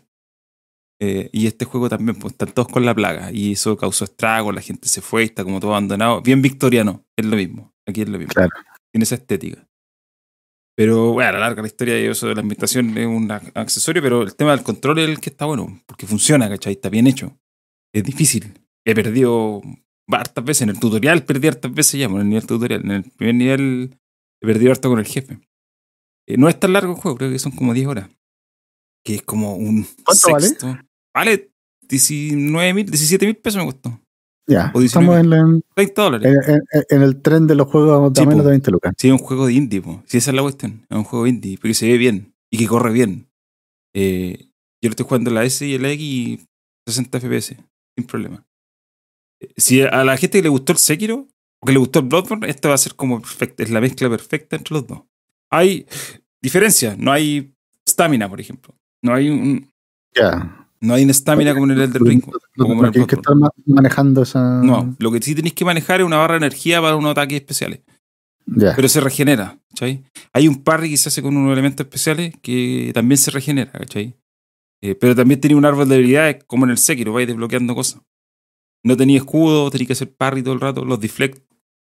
Eh, y este juego también, pues están todos con la plaga y eso causó estragos, la gente se fue, está como todo abandonado. Bien victoriano, es lo mismo, aquí es lo mismo. Claro. Tiene esa estética. Pero bueno, a la larga la historia de eso de la ambientación es un accesorio, pero el tema del control es el que está bueno, porque funciona, ¿cachai? Está bien hecho. Es difícil. He perdido hartas veces, en el tutorial perdí hartas veces ya, en el nivel tutorial. En el primer nivel he perdido harto con el jefe. Eh, no es tan largo el juego, creo que son como diez horas. Que es como un ¿Cuánto sexto. Vale, vale diecinueve mil, diecisiete mil pesos me costó. Ya, O estamos en, la, en, treinta dólares. en, en el tren de los juegos de Sí, menos po. de veinte lucas. Sí, es un juego de indie, po. Sí, esa es la cuestión. Es un juego indie, porque se ve bien y que corre bien. Eh, yo lo estoy jugando en la S y el X y sesenta F P S, sin problema. Eh, si a la gente que le gustó el Sekiro o que le gustó el Bloodborne, esta va a ser como perfecta, es la mezcla perfecta entre los dos. Hay diferencias, no hay stamina, por ejemplo. No hay un. Ya. No hay una estamina como en el Elden Ring. No, como no, en el tienes que estar Bloodborne. ma- manejando esa. No, lo que sí tenéis que manejar es una barra de energía para unos ataques especiales. Ya. Pero se regenera, ¿cachai? Hay un parry que se hace con unos elementos especiales que también se regenera, ¿cachai? Eh, pero también tenía un árbol de habilidades como en el Sekiro, vais desbloqueando cosas. No tenía escudo, tenía que hacer parry todo el rato, los deflect.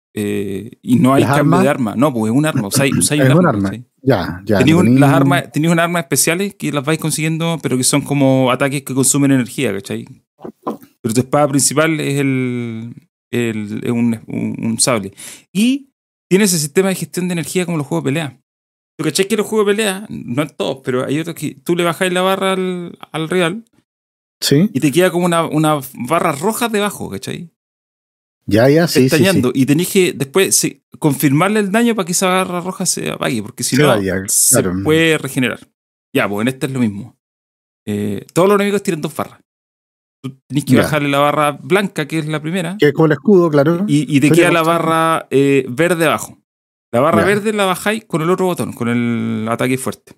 Eh, y no hay ¿Las cambio armas? de arma. No, pues es un arma. Usáis, usáis Es un un arma, arma. ¿cachai? Ya, ya. Tenéis no un- tení- las armas, tenéis unas armas especiales que las vais consiguiendo, pero que son como ataques que consumen energía, ¿cachai? Pero tu espada principal es el, el es un, un, un sable. Y tiene ese sistema de gestión de energía como los juegos de pelea. ¿Tú cachai que los juegos de pelea, no en todos, pero hay otros que tú le bajáis la barra al, al real Sí. y te queda como una, una barra roja debajo, ¿cachai? Ya, ya, sí, sí, sí. Pestañeando. Y tenéis que después sí, confirmarle el daño para que esa barra roja se apague, porque si Se no, vaya, se claro. puede regenerar. Ya, pues en este es lo mismo. Eh, todos los enemigos tienen dos barras. Tú tenés que Ya. bajarle la barra blanca, que es la primera, Que es como el escudo, claro. y, y te Pero- queda la barra eh, verde abajo. La barra Ya. verde la bajáis con el otro botón, con el ataque fuerte.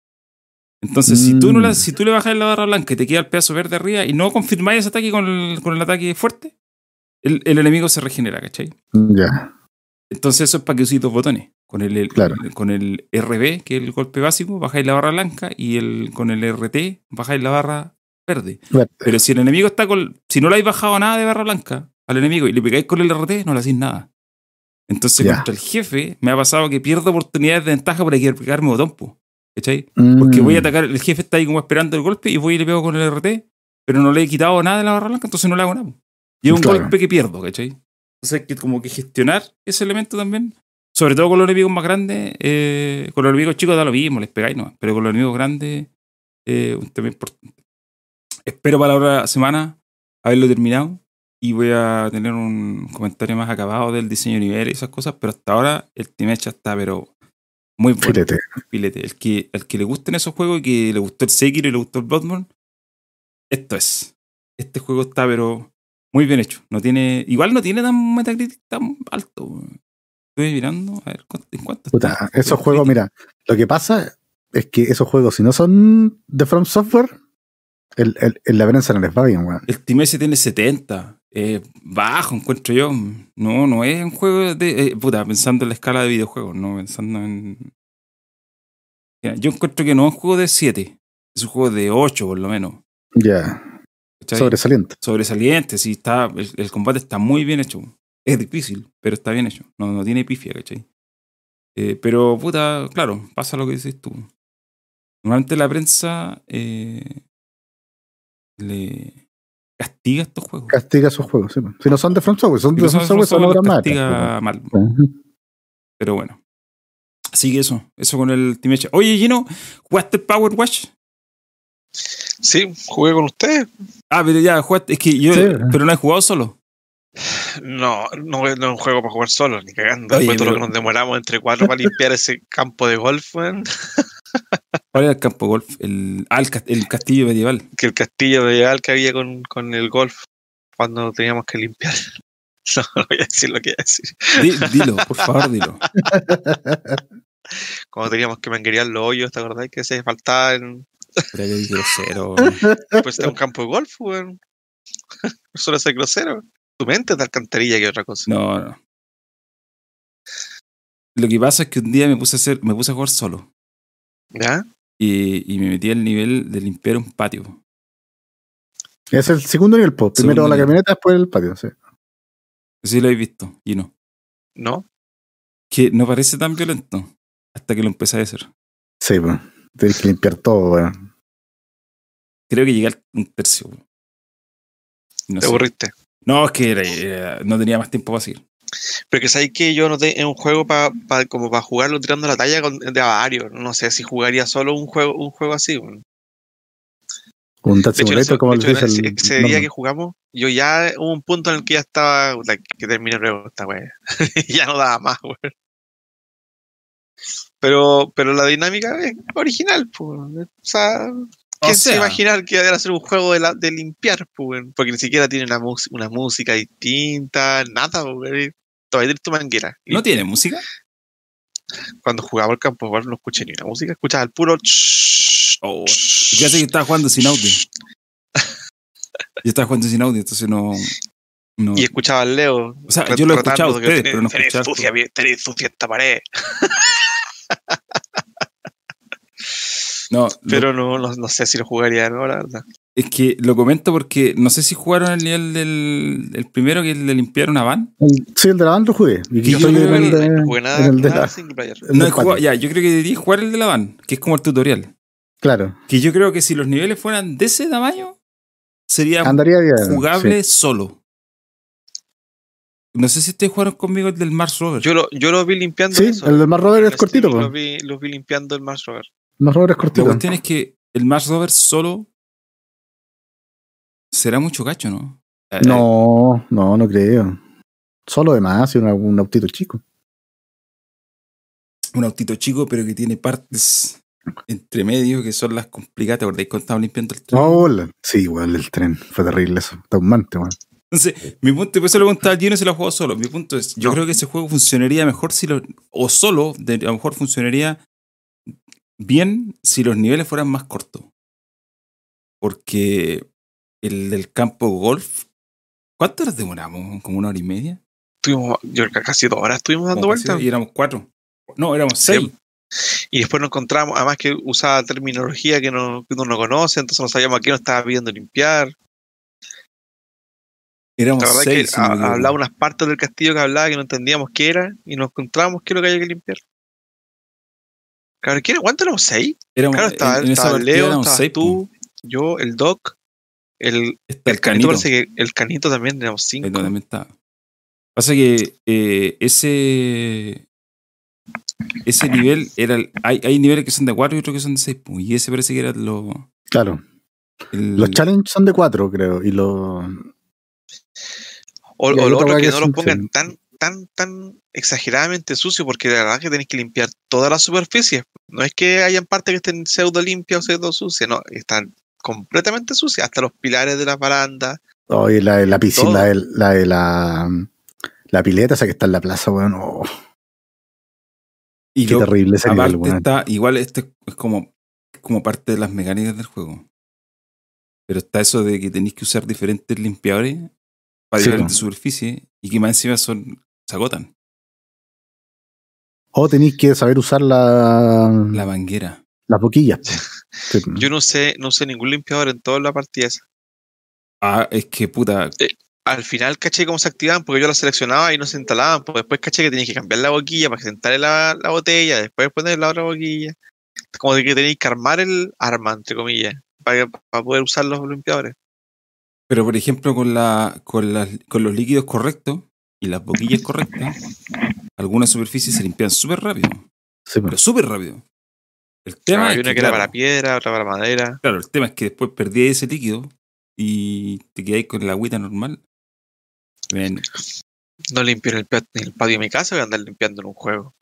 Entonces, si, tú no la, Mm. si tú le bajas la barra blanca y te queda el pedazo verde arriba y no confirmáis ese ataque con el, con el ataque fuerte, el, el enemigo se regenera, ¿cachai? Ya. Entonces eso es para que uséis dos botones. Con el, el- Claro. con el R B, que es el golpe básico, bajáis la barra blanca y el, con el R T bajáis la barra verde. Verde. Pero si el enemigo está con... Si no le habéis bajado nada de barra blanca al enemigo y le pegáis con el R T, no le hacéis nada. Entonces Ya. contra el jefe me ha pasado que pierdo oportunidades de ventaja por aquí pegarme botón, po, ¿cachai? Mm. Porque voy a atacar, el jefe está ahí como esperando el golpe y voy y le pego con el R T, pero no le he quitado nada de la barra blanca, entonces no le hago nada. po. Y es un Claro. golpe que pierdo, ¿cachai? Entonces hay que como que gestionar ese elemento también. Sobre todo con los enemigos más grandes, eh, con los enemigos chicos da lo mismo, les pegáis nomás, pero con los enemigos grandes eh, un tema importante. Espero para la otra semana haberlo terminado y voy a tener un comentario más acabado del diseño de nivel y esas cosas, pero hasta ahora el Team Echa está pero muy bueno. Filete. Filete. El que, el que le gusten esos juegos y que le gustó el Sekiro y le gustó el Bloodborne, esto es. Este juego está pero muy bien hecho. No tiene, igual no tiene tan Metacritic tan alto. Estoy mirando, a ver, ¿cuánto- ¿en cuánto Puta, está? esos juegos, mira, lo que pasa es que esos juegos, si no son de From Software, el, el, el la prensa no les va bien, weón. El Team S tiene setenta. Eh, bajo, encuentro yo. No, no es un juego de. Eh, puta, pensando en la escala de videojuegos, no pensando en. Mira, yo encuentro que no es un juego de siete. Es un juego de ocho, por lo menos. Ya, ¿Cachai? sobresaliente. Sobresaliente, sí, está. El, el combate está muy bien hecho. Es difícil, pero está bien hecho. No, no tiene pifia, ¿cachai? Eh, pero, puta, claro, pasa lo que dices tú. Normalmente la prensa eh, le castiga estos juegos. Castiga esos juegos, sí, pues. Si no son de From Software, son Si de no From son Software, son From obras Software, maestras. castiga mal. pues. Ujú. Pero bueno. Así que eso, eso con el Team Echa. Oye, Gino, ¿jugaste el Power Wash? Sí, jugué con ustedes. Ah, pero ya, jugaste. Es que yo, Sí. pero no he jugado solo. No, no, no es un juego para jugar solo, ni cagando. Oye, Después de todo pero- lo que nos demoramos entre cuatro para limpiar ese campo de golf, weón. ¿Cuál era el campo de golf? El, ah, el, cas- el castillo medieval. Que el castillo medieval que había con, con el golf cuando teníamos que limpiar. No, no voy a decir lo que iba a decir. Di- dilo, por favor, dilo. Cuando teníamos que manguerear los hoyos, ¿te acordás que se faltaban? Pero que dije grosero. Pues está un campo de golf, weón. Solo ser grosero. Tu mente es de alcantarilla que otra cosa. No, no. Lo que pasa es que un día me puse a hacer, me puse a jugar solo. ¿Ya? Y, y me metí al nivel de limpiar un patio. Es el segundo nivel, pues. Primero Segundo la nivel. camioneta, después el patio, sí. Sí lo habéis visto, y no. ¿No? Que no parece tan violento hasta que lo empecé a hacer. Sí, pues. Tienes que limpiar todo, weón. Creo que llegué al un tercio. weón. No Te sé. aburriste. No, es que era- era- no tenía más tiempo para seguir. Pero que sabéis que yo no te, es un juego para pa, como para jugarlo tirando la talla con, de a varios. No sé si jugaría solo un juego, un juego así. weón. Un Dance De hecho, en ese, Simulator, como de les hecho, en dice ese, el ese día Norman. que jugamos, yo ya hubo un punto en el que ya estaba, puta, que terminé luego esta wea. Ya no daba más, weón. Pero, pero la dinámica es original, pues. O sea, ¿quién se sea. iba a imaginar que iba a hacer un juego de, la, de limpiar, pues? Porque ni siquiera tiene una, mus- una música distinta, nada, pues. Todavía tienes tu manguera. Y ¿No tiene música? cuando jugaba al campo, igual no escuché ni una música, escuchaba el puro. Oh, ya sé que estaba jugando sin audio. Yo estaba jugando sin audio, entonces no. no. Y escuchaba al Leo. O sea, yo lo he escuchado a retando que ustedes, tenés- pero no tenés escuchaba. sucia, bien- tenés sucia esta pared. No, lo- Pero no, no, no sé si lo jugaría, no, la verdad. es que lo comento porque no sé si jugaron el nivel del el primero, que es el de limpiar una van. Sí, el de la banda lo jugué. Y aquí Yo estoy creo en el que de, No jugué nada, en el de nada la- single player. el No del he jugado, patio. ya, yo creo que debería jugar el de la van, que es como el tutorial. Claro. Que yo creo que si los niveles fueran de ese tamaño, sería Andaría bien. jugable sí. solo. No sé si ustedes jugaron conmigo el del Mars Rover. Yo lo, yo lo vi limpiando Sí, eso. el del Mars Rover En es cortito, streaming po. Lo vi, lo vi limpiando el Mars Rover. El Mars Rover es La cortito. cuestión es que el Mars Rover solo será mucho cacho, ¿no? Eh, No, no, no creo. Solo de más, y una- un autito chico. Un autito chico, pero que tiene partes entre medio que son las complicadas. ¿Te acordáis cuando estábamos limpiando el tren? Hola. Sí, igual el tren. Fue terrible eso. Taumante, weón. Entonces, mi punto, por eso lo preguntaba al Gino si lo jugado solo. Mi punto es, yo No. creo que ese juego funcionaría mejor si lo. O solo, de, a lo mejor funcionaría bien si los niveles fueran más cortos. Porque el del campo golf, ¿cuántas horas demoramos? ¿Como una hora y media? Estuvimos, yo creo que casi dos horas estuvimos dando Como casi, vueltas. y éramos cuatro. No, éramos Sí. seis. Y después nos encontramos, además que usaba terminología que, no, que uno no conoce, entonces no sabíamos a qué nos estaba pidiendo limpiar. Éramos La verdad seis. es que si no me a- equivoco. hablaba unas partes del castillo que hablaba que no entendíamos qué era y nos encontrábamos qué es lo que había que limpiar. Claro, ¿quién? ¿Cuántos éramos? ¿Seis? Éramos, Claro, estaba, en, en esa estaba partida Leo, éramos estabas seis. po. tú, yo, el Doc, el, Está el el Canito, canito. parece que el Canito también éramos Ahí cinco. también está. Pasa que eh, ese ese nivel era el- hay, hay niveles que son de cuatro y otros que son de seis. pues, Y ese parece que era lo, Claro. el- Los challenges son de cuatro, creo. Y los. O, Y o hay lo otra otro weá que que no es los un- pongan sí. tan, tan, tan exageradamente sucio, porque la verdad es que tenéis que limpiar toda la superficie. No es que hayan partes que estén pseudo limpias o pseudo sucias, no, están completamente sucias, hasta los pilares de las barandas. Oye, la de la piscina, Todo. la de la, de la, la pileta esa que está en la plaza, weón. Oh, y qué lo- terrible ese aparte nivel, weón. está, igual este es como, es como parte de las mecánicas del juego. Pero está eso de que tenéis que usar diferentes limpiadores para Sí, diferentes po. superficies y que más encima son se agotan. O tenéis que saber usar la, La manguera. las boquillas. po. Sí, po. Yo no sé, no sé ningún limpiador en toda la partida esa. Ah, es que puta. Al final caché cómo se activaban porque yo las seleccionaba y no se instalaban. Pues después caché que tenías que cambiar la boquilla para que se instale la, la botella, después poner la otra boquilla. Como de que tenéis que armar el arma, entre comillas, para, para poder usar los limpiadores. Pero por ejemplo, con la, con las, con los líquidos correctos y las boquillas correctas, algunas superficies se limpian súper rápido. Sí, po. Pero súper rápido. El tema Hay es una que, que era claro, para piedra, otra para madera. claro, el tema es que después perdí ese líquido y te quedáis con la agüita normal. Ven, No limpio en el, patio, en el patio de mi casa, voy a andar limpiando en un juego.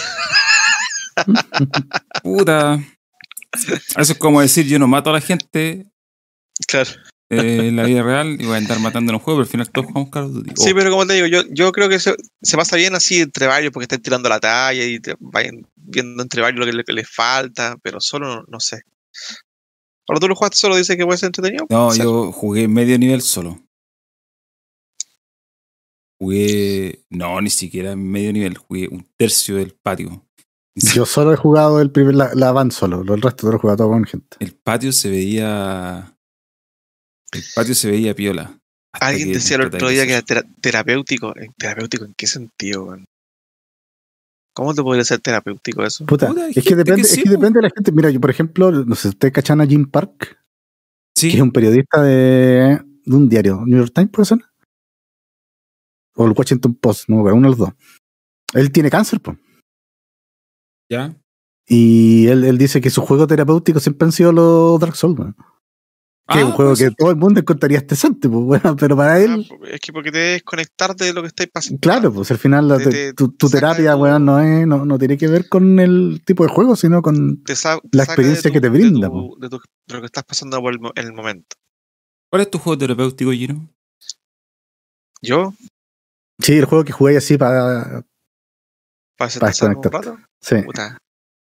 puta. Eso es como decir, yo no mato a la gente Claro. eh, en la vida real y voy a andar matando en un juego, pero al final todos jugamos Call of Duty. Sí, Oh, pero como te digo, yo, yo creo que se, se pasa bien así entre varios porque están tirando la talla y te vayan viendo entre varios lo que, le- que les falta, pero solo no, no sé. Ahora tú lo jugaste solo, dices que puede ser entretenido. no, O sea, yo jugué medio nivel solo. Jugué, no, ni siquiera medio nivel, jugué un tercio del patio. Yo solo he jugado el primer, la, la van solo, el resto lo he jugado todo con gente. El patio se veía. El patio se veía piola. hasta Alguien que decía el trata de otro día que crecer. era tera- terapéutico. ¿En- ¿Terapéutico en qué sentido, weón? ¿Cómo te podría ser terapéutico eso? Puta, Puta, hay es que gente depende, que es sí, que po. depende de la gente. Mira, yo por ejemplo, no sé, ¿usted cachan a Jim Park? Sí. Que es un periodista de, de un diario, New York Times, ¿puede ser? O el Washington Post, no, pero uno de los dos. Él tiene cáncer, pues. ¿Ya? Y él, él dice que su juego terapéutico siempre han sido los Dark Souls, weón. Que es un Ah, juego puede que ser. todo el mundo encontraría estresante, pues bueno, pero para Ah, él, es que porque te debes desconectar de lo que estáis pasando. claro, pues al final la Te- te- te tu, tu saca de terapia, tu- weón, no es, no, no tiene que ver con el tipo de juego, sino con Te, sa- te la saca de, experiencia tu, que te de, brinda, tu- pues. de tu- de lo que estás pasando por el, mo- en el momento. ¿Cuál es tu juego terapéutico, Gino? Yo, Sí, el juego que jugué así para, para para desestresarme un desconectarte. rato, Sí. puta.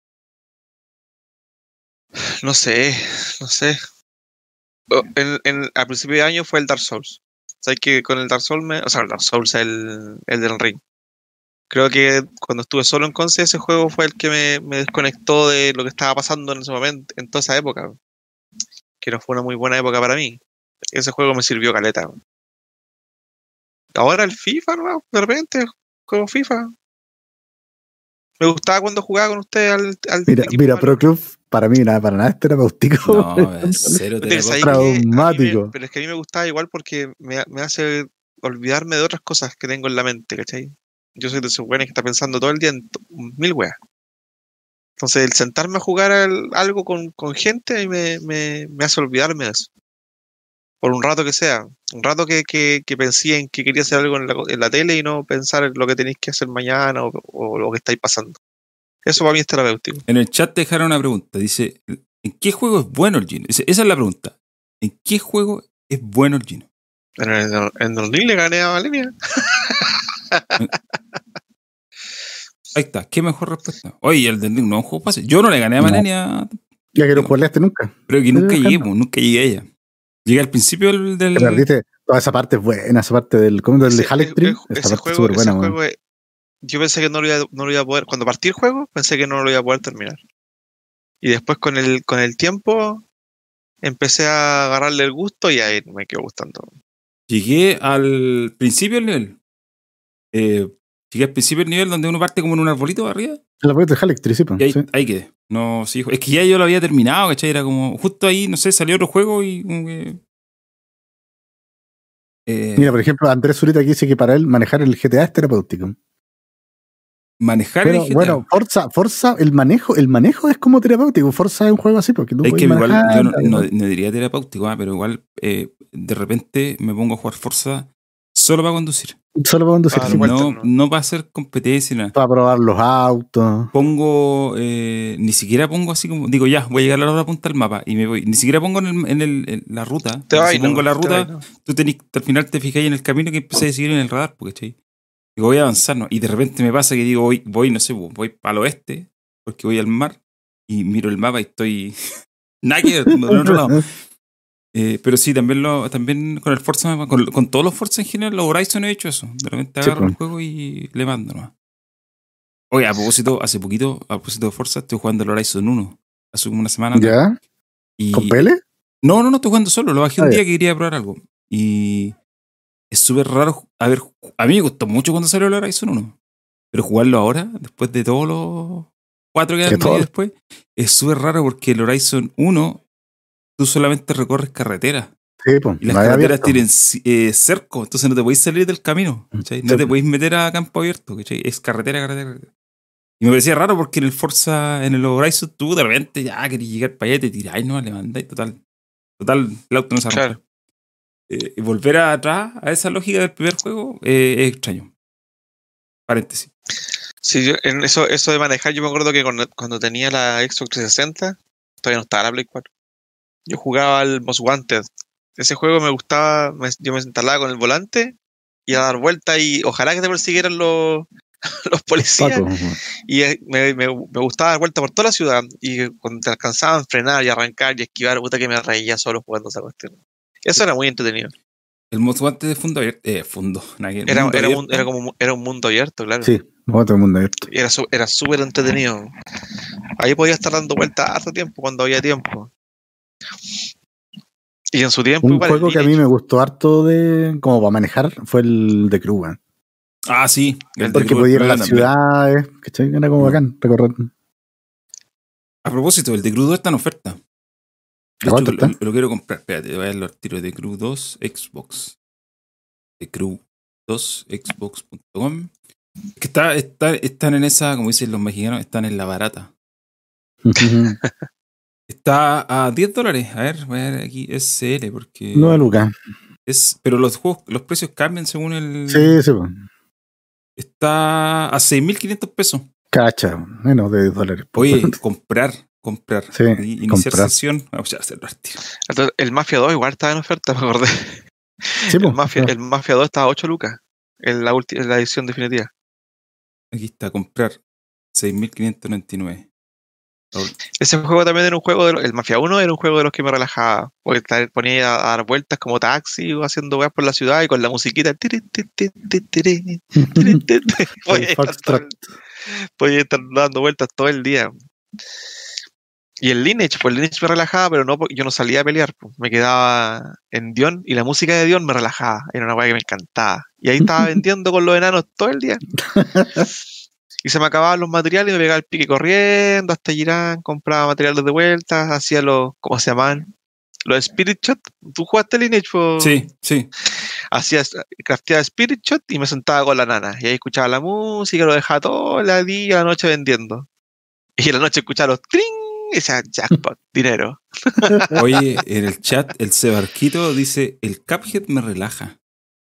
No sé, no sé. Oh, En, en- al principio de año fue el Dark Souls. Sabes que con el Dark Souls, me, o sea, el Dark Souls, el, el del Ring. Creo que cuando estuve solo en Conce, ese juego fue el que me, me desconectó de lo que estaba pasando en ese momento, en toda esa época. Que no fue una muy buena época para mí. Ese juego me sirvió caleta. Ahora el FIFA, ¿no? De repente juego FIFA. Me gustaba cuando jugaba con usted al, al Mira, equipo mira, malo. Pro Club para mí nada, para nada es terapéutico. No, es cero Pero, ¿sabes terapéutico. qué? A mí me- Traumático. pero es que a mí me gustaba igual porque me, me hace olvidarme de otras cosas que tengo en la mente, ¿cachai? Yo soy de esos weones que está pensando todo el día en t- mil weas. Entonces, el sentarme a jugar al- algo con, con gente a mí me, me, me hace olvidarme de eso. Por un rato que sea. Un rato que, que, que pensé en que quería hacer algo en la, co- en la tele y no pensar en lo que tenéis que hacer mañana o, o lo que estáis pasando. Eso para mí es terapéutico. En el chat te dejaron una pregunta. Dice, ¿en qué juego es bueno el Gino? Dice, esa es la pregunta. ¿En qué juego es bueno el Gino? En el, en el Ring le gané a Valeria. Ahí está, qué mejor respuesta. Oye, el del Ring no es un juego fácil. Yo no le gané a No. Malenia, Ya que no jugaste nunca. pero que Sí, nunca bacán. llegué, pues, nunca llegué a ella. Llegué al principio del... del- Te perdiste toda esa parte es buena, esa parte del, ¿cómo? Del de Ese, Halleck Tree, e- e- esa ese parte es juego, súper ese buena, weón. juego es- yo pensé que no lo, iba, no lo iba a poder. Cuando partí el juego, pensé que no lo iba a poder terminar. Y después con el, con el tiempo empecé a agarrarle el gusto y ahí me quedó gustando. Llegué al principio del nivel. Eh, llegué al principio del nivel donde uno parte como en un arbolito arriba. La parte de Halleck Tree, sí, pues, Y ahí, sí. ahí quedé. No, sí, es que ya yo lo había terminado, ¿cachai? Era como, justo ahí, no sé, salió otro juego y como que... eh, Mira, por ejemplo, Andrés Zurita aquí dice que para él manejar el G T A es terapéutico. manejar Bueno, el G T A. bueno, Forza, Forza, el manejo, el manejo es como terapéutico. Forza es un juego así, porque tú Es puedes que igual manejar. yo no, no- ¿no? no diría terapéutico, ah, pero igual eh, de repente me pongo a jugar Forza solo para conducir. Solo para conducir, Ah, sí. lo cual- No, vueltas, ¿no? no para hacer competencia ni nada. Para probar los autos. Pongo, eh, ni siquiera pongo así como, digo ya, voy a llegar a la hora punta del mapa y me voy. Ni siquiera pongo en, el, en, el, en la ruta. Te Porque vas si y pongo no, la te ruta, vas y no. tú tenés, al final te fijáis en el camino que empecé a seguir en el radar, porque ¿cachai? Digo, voy a avanzar, ¿no? Y de repente me pasa que digo, voy, voy no sé, voy para el oeste, porque voy al mar, y miro el mapa y estoy nada que ver, en otro lado. Eh, pero sí, también lo, también con el Forza, con, con todos los Forza en general, los Horizon he hecho eso. De repente Sí, agarro el pues. juego y le mando nomás. Oye, a propósito, hace poquito, a propósito de Forza, estoy jugando el Horizon uno. Hace como una semana. ¿Ya? Y, ¿Con Pele? No, no, no, estoy jugando solo. Lo bajé un Ah, día ya. que quería probar algo. Y es súper raro. A ver, a mí me gustó mucho cuando salió el Horizon uno. Pero jugarlo ahora, después de todos los cuatro que Que han venido todo- después, es súper raro porque el Horizon uno tú solamente recorres carreteras. Sí, pues. Y las no hay carreteras abierto. tienen eh, cerco, entonces no te podéis salir del camino. ¿cachai? No Sí. te podéis meter a campo abierto. ¿cachai? Es carretera, carretera, carretera. Y me parecía raro porque en el Forza, en el Horizon, tú de repente ya querías llegar para allá, te tiráis, no, le mandáis, total. Total, el auto no se rompe. Claro. Eh, y volver atrás a esa lógica del primer juego eh, es extraño. Paréntesis. Sí, yo, en eso, eso de manejar, yo me acuerdo que cuando, cuando tenía la Xbox trescientos sesenta, todavía no estaba la Play cuatro, yo jugaba al Most Wanted. Ese juego me gustaba, me- yo me instalaba con el volante y a dar vuelta y ojalá que te persiguieran los, los policías. Paco. Y eh, me, me, me gustaba dar vuelta por toda la ciudad y cuando te alcanzaban frenar y arrancar y esquivar, puta que me reía solo jugando esa cuestión. Eso era muy entretenido. El Most Wanted de fondo abierto. Eh, fondo. nada que- Era, mundo era, abierto. un, era como era un mundo abierto, claro. Sí, otro mundo abierto. Y era su- era súper entretenido. Ahí podía estar dando vueltas harto tiempo cuando había tiempo. Y en su tiempo Un igual, juego el que a mí Lineage, me gustó harto de como para manejar fue el de Crew, weón. Ah, sí. El de Porque Crew, podía ir a el las primero también. ciudades, ¿cachai? Era como Mm. bacán recorrer. A propósito, el de Crew dos está en oferta. De ¿A hecho, cuánto lo, está? lo quiero comprar. Espérate, voy a ver los tiros de Crew dos Xbox. De Crew dos Xbox punto com. Que está, está, están en esa, como dicen los mexicanos, están en la barata. Está a diez dólares. A ver, voy a ver aquí S L porque. Nueva Lucas. Es, pero los juegos, los precios cambian según el. Sí, sí, pues. Está a seis mil quinientos pesos. Cacha, menos de diez dólares. Oye, comprar, comprar. Sí, Y iniciar comprar. sesión. Vamos a hacerlo al tiro. entonces, el Mafia dos igual estaba en oferta, me acordé. Sí, El pues. Mafia, el Mafia dos estaba a ocho lucas en la, ulti- en la edición definitiva. Aquí está, comprar. seis mil quinientos noventa y nueve. Ese juego también era un juego, de lo- el Mafia uno era un juego de los que me relajaba, porque te ponía a, a dar vueltas como taxi o haciendo weas por la ciudad y con la musiquita. tiri, tiri, tiri, tiri, tiri, tiri, podía, El estar todo Foxtrot. el- podía estar dando vueltas todo el día. Y el Lineage, pues el Lineage me relajaba, pero no, porque yo no salía a pelear, pues. Me quedaba en Dion y la música de Dion me relajaba, era una wea que me encantaba. Y ahí estaba vendiendo con los enanos todo el día. Y se me acababan los materiales y me pegaba el pique corriendo hasta Girán, compraba materiales de vuelta, hacía los, ¿cómo se llaman? Los Spirit Shot. ¿Tú jugaste Lineage? Po? Sí, sí. Hacía, crafteaba Spirit Shot y me sentaba con la nana. Y ahí escuchaba la música, lo dejaba todo el día, la noche vendiendo. Y en la noche escuchaba los tring, y decía jackpot, dinero. Oye, en el chat, el Sebarquito dice: el Cuphead me relaja.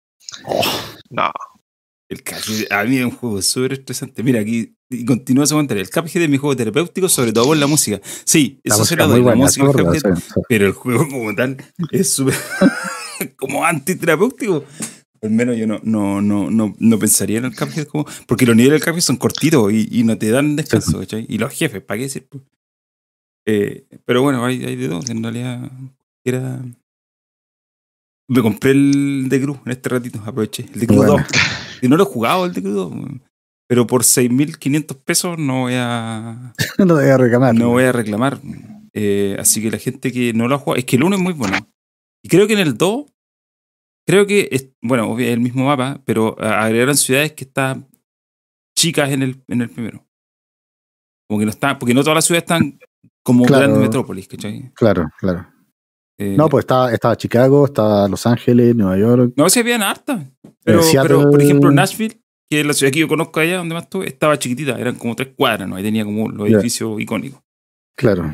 No. El Cuphead, a mí es un juego súper estresante. Mira, aquí y continúa su comentario. El Cuphead es mi juego terapéutico, sobre todo por la música. Sí, La eso se música lo es muy doy. La buena, música eso del es verdad, Cuphead, sí, sí. pero el juego como tal es súper como antiterapéutico. Al menos yo no, no, no, no, no pensaría en el Cuphead como. Porque los niveles del Cuphead son cortitos y, y no te dan descanso, ¿cachai? Y los jefes, ¿para qué decir? Eh, pero bueno, hay, hay de dos. En realidad, era. Me compré el de Crew en este ratito, aproveché. El de Crew Bueno. dos. Y no lo he jugado el de Crew dos. Pero por seis mil quinientos pesos no voy a. No voy a reclamar. No voy a reclamar. Eh, así que la gente que no lo ha jugado. Es que el uno es muy bueno. Y creo que en el dos. Creo que es. Bueno, obvio, es el mismo mapa. Pero agregaron ciudades que están chicas en el, en el primero. Como que no están. Porque no todas las ciudades están como Claro. grandes metrópolis, ¿cachai? Claro, claro. Eh, No, pues estaba, estaba Chicago, estaba Los Ángeles, Nueva York. No, se habían hartas. Pero, Eh, Seattle- pero, por ejemplo, Nashville, que es la ciudad que yo conozco allá donde más estuve, estaba chiquitita, eran como tres cuadras, ¿no? Ahí tenía como los Ya. edificios icónicos. Claro.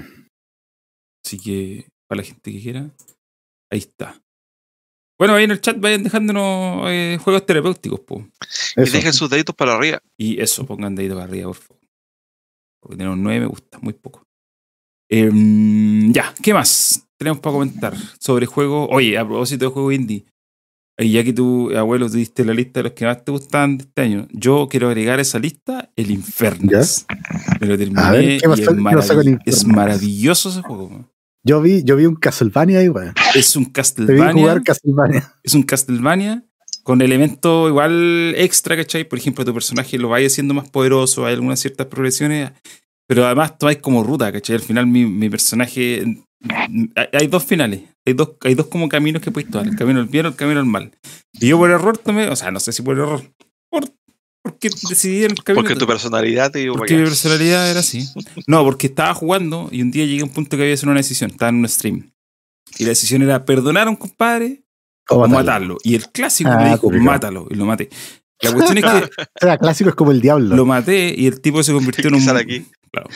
Así que, para la gente que quiera, ahí está. Bueno, ahí en el chat vayan dejándonos eh, juegos terapéuticos, po. Y Eso. dejen sus deditos para arriba. Y eso, pongan dedito para arriba, por favor. Porque tener un nueve me gusta, muy poco. Eh, ya, ¿qué más tenemos para comentar sobre juegos? Oye, a propósito de juegos indie, y ya que tu abuelo te diste la lista de los que más te gustan de este año, yo quiero agregar a esa lista el Infernus. Me lo terminé A ver, ¿qué y pasó- es, qué pasó con marav- Infernus? es maravilloso ese juego. Man. Yo vi, yo vi un Castlevania ahí, weón. Es un Te vi Castlevania. jugar Castlevania. Es un Castlevania con elementos igual extra, ¿cachai? Por ejemplo, tu personaje lo vaya haciendo más poderoso, hay algunas ciertas progresiones, pero además tomáis como ruta, ¿cachai? Al final mi, mi personaje... Hay, hay dos finales, hay dos, hay dos como caminos que puedes tomar, el camino del bien o el camino del mal. Y yo por error tomé, o sea, no sé si por error, por, porque decidí el camino... Porque tu personalidad te digo, Porque mi personalidad era así. No, porque estaba jugando y un día llegué a un punto que había que hacer una decisión, estaba en un stream. Y la decisión era perdonar a un compadre O o matarlo. matarlo. Y el clásico Ah, me dijo, complicado. mátalo. Y lo maté. La cuestión es que O sea, clásico es como el diablo. lo maté y el tipo se convirtió en un... Sale aquí. Claro.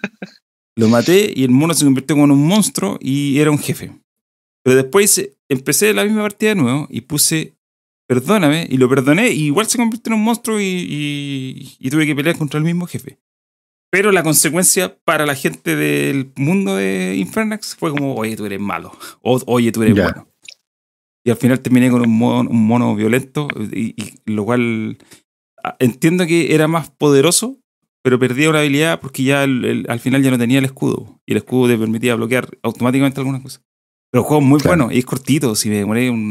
Lo maté y el mono se convirtió en un monstruo y era un jefe. Pero después empecé la misma partida de nuevo y puse perdóname y lo perdoné y igual se convirtió en un monstruo y, y, y tuve que pelear contra el mismo jefe. Pero la consecuencia para la gente del mundo de Infernax fue como, oye, tú eres malo. O, oye, tú eres Ya. bueno. Y al final terminé con un mono, un mono violento, y, y lo cual ah, entiendo que era más poderoso, pero perdía una habilidad porque ya el- el- al final ya no tenía el escudo. Y el escudo te permitía bloquear automáticamente algunas cosas. Pero el juego es muy Claro. bueno y es cortito. Si me demoré un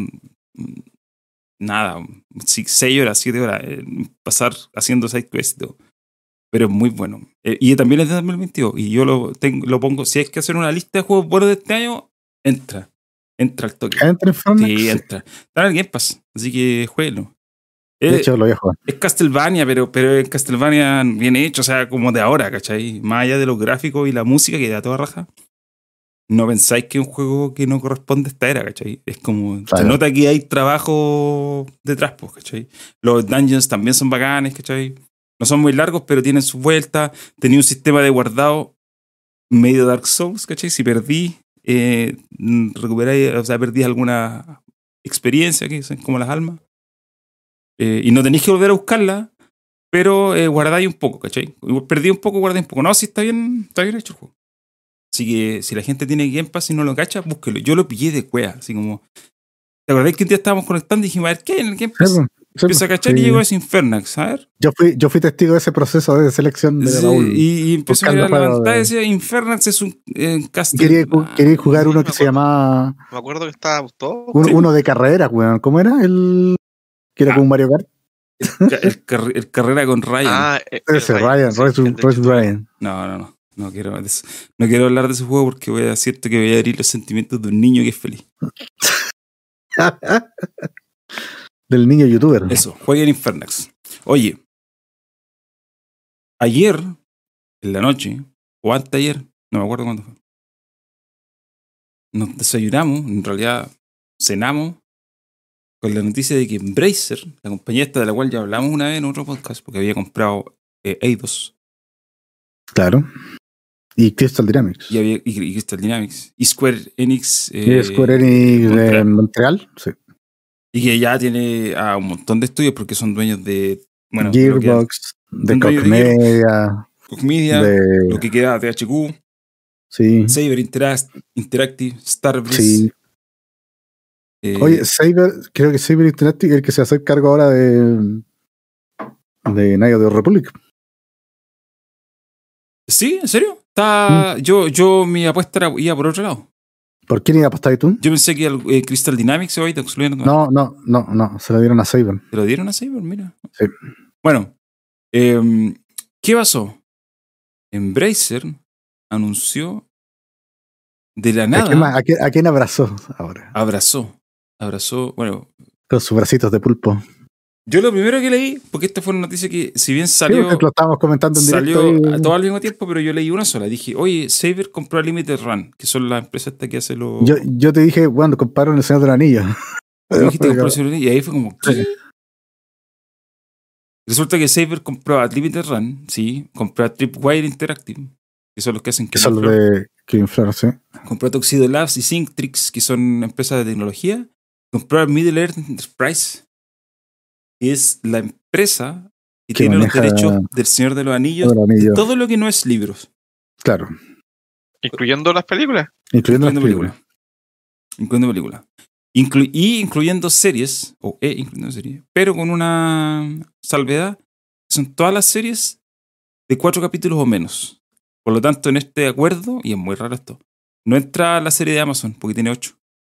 nada, seis horas, siete horas, eh, pasar haciendo side quests y todo. Pero es muy bueno. Eh, y también es de dos mil veintidós. Y yo lo, tengo, lo pongo, si hay que hacer una lista de juegos buenos de este año, entra. Entra al toque. ¿Entra en Fortnite? Sí, entra. Está en el Game Pass, así que jueguelo. De hecho, lo voy a jugar. Es Castlevania, pero, pero es Castlevania bien hecho, o sea, como de ahora, ¿cachai? Más allá de los gráficos y la música que da toda raja. No pensáis que es un juego que no corresponde a esta era, ¿cachai? Es como, claro. Se nota que hay trabajo detrás, pues, ¿cachai? Los dungeons también son bacanes, ¿cachai? No son muy largos, pero tienen sus vueltas. Tenía un sistema de guardado medio Dark Souls, ¿cachai? Si perdí, eh, recuperáis, o sea, perdí alguna experiencia, que son como las almas. Eh, y no tenéis que volver a buscarla, pero eh, guardáis un poco, ¿cachai? Perdí un poco, guardáis un poco. No, sí está bien, está bien hecho el juego. Así que si la gente tiene Game Pass y no lo cacha, búsquelo. Yo lo pillé de cueva, así como... ¿Te acordás que un día estábamos conectando y dijimos, a ver, ¿qué hay en el Game Pass? Sí, sí, Empiezo a cachar sí. y llegó ese Infernax, a ver. Yo fui, yo fui testigo de ese proceso de selección de Sí, Raúl. y, y empezó a mirar la Buscando pantalla y juegos de- decía, Infernax es un eh, casting. Quería, ju- quería jugar sí, uno me que se acuerdo. llamaba... Me acuerdo que estaba todo. un- Sí. Uno de carreras, weón. ¿Cómo era? El que era Ah. como un Mario Kart. El, car- el carrera con Ryan. Ah, el- el Ese, Ryan, sí, Race el de Race YouTube. Ryan. No, no, no. No quiero, de eso- no quiero hablar de ese juego porque voy a decirte que voy a herir los sentimientos de un niño que es feliz. Del niño youtuber. Eso, jueguen Infernax. Oye, ayer, en la noche, o antes de ayer, no me acuerdo cuándo fue, nos desayunamos, en realidad cenamos, con la noticia de que Embracer, la compañía esta de la cual ya hablamos una vez en otro podcast, porque había comprado eh, Eidos Claro. Y Crystal Dynamics. y, había, y, y Crystal Dynamics, y Square Enix, Y eh, Square Enix de Montreal, Montreal. Sí. y que ya tiene a un montón de estudios porque son dueños de, bueno, de lo que- Gearbox, de un dueño Koch de Gear- Media, Koch Media, de... lo que queda de T H Q, Sí. Saber Interact- Interactive, Starbreeze. Sí. eh, Oye, Saber, creo que Saber Interactive es el que se hace cargo ahora de de Night of the Republic. ¿Sí? ¿En serio? Está, Mm. yo, yo mi apuesta era, iba por otro lado. ¿Por quién iba a apostar tú? Yo pensé que el, eh, Crystal Dynamics se iba a excluir. No, no, no, no, se lo dieron a Saber. ¿Te lo dieron a Saber? Mira. Sí. Bueno, eh, ¿qué pasó? Embracer anunció de la ¿A quién, más- nada, a quién- a quién abrazó ahora? abrazó, abrazó, bueno, Con sus bracitos de pulpo. yo lo primero que leí, porque esta fue una noticia que si bien Sí, salió, porque lo estábamos comentando en salió directo. a y- todo al mismo tiempo, pero yo leí una sola. Dije, oye, Saber compró a Limited Run, que son las empresas estas que hacen los... yo, yo te dije, bueno, compraron el Señor del Anillo. Tú dijiste que compró el Saber, y ahí fue como, ¿qué? Resulta que Saber compró a Limited Run, sí, compró a Tripwire Interactive, que son los que hacen Que Killing son los Floor, de Killing Floor, sí. compró a Tuxedo Labs y Synctrix, que son empresas de tecnología, compró a Middle Earth Enterprise, que es la empresa que Que tiene maneja los derechos del Señor de los Anillos, Señor del Anillo. de todo lo que no es libros, Claro. Incluyendo las películas. Incluyendo las incluyendo películas. películas. Incluyendo películas. Inclu- y incluyendo series, o e incluyendo series, pero con una salvedad, son todas las series de cuatro capítulos o menos. Por lo tanto, en este acuerdo, y es muy raro esto, no entra la serie de Amazon, porque tiene ocho.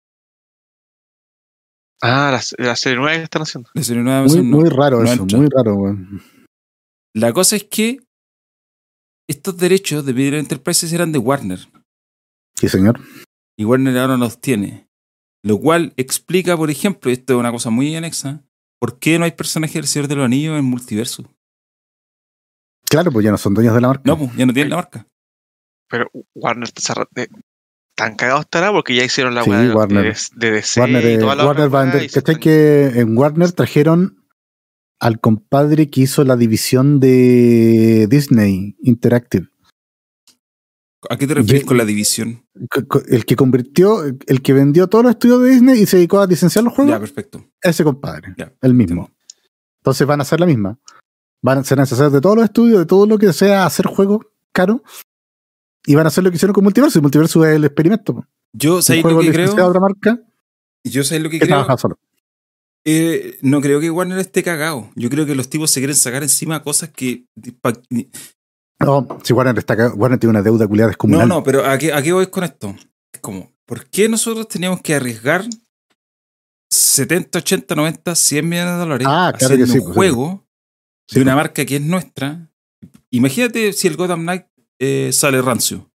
Ah, la, la serie nueva que están haciendo. La serie nueva de Muy, Amazon no. muy raro no eso, entra. muy raro, weón. La cosa es que estos derechos de Middle Enterprises eran de Warner, Sí, señor. y Warner ahora no los tiene. Lo cual explica, por ejemplo, y esto es una cosa muy anexa, por qué no hay personajes del Señor de los Anillos en multiverso. Claro, pues ya no son dueños de la marca. No, pues ya no tienen la marca. Pero Warner está de- tan cagado estará porque ya hicieron la Sí, weá de, Warner. de, de D C Warner, y eh, toda la Warner otra va a weá, vender. y se ¿Cachai están- que en Warner trajeron al compadre que hizo la división de Disney Interactive? ¿A qué te refieres Ye- con la división? Co- co- El que convirtió, el que vendió todos los estudios de Disney y se dedicó a licenciar los juegos, Ya, perfecto. ese compadre, Ya, el mismo. entiendo. Entonces van a hacer la misma. Van a ser necesarios de todos los estudios, de todo lo que sea hacer juegos caros, y van a hacer lo que hicieron con Multiverso. Y Multiverso es el experimento. po. Yo, Un ¿sabes lo juego que creo? licenciado a otra marca Yo, ¿sabes lo que que creo? trabaja solo. Eh, no creo que Warner esté cagado. Yo creo que los tipos se quieren sacar encima cosas que... pa- No, si Warner está acá, Warner tiene una deuda culiada No, descomunal. no, pero ¿a qué, ¿a qué voy con esto? Es como, ¿por qué nosotros teníamos que arriesgar setenta, ochenta, noventa, cien millones de dólares Ah, claro haciendo que sí, un pues, juego sí, de una pues. marca que es nuestra. Imagínate si el Gotham Knight eh, sale rancio.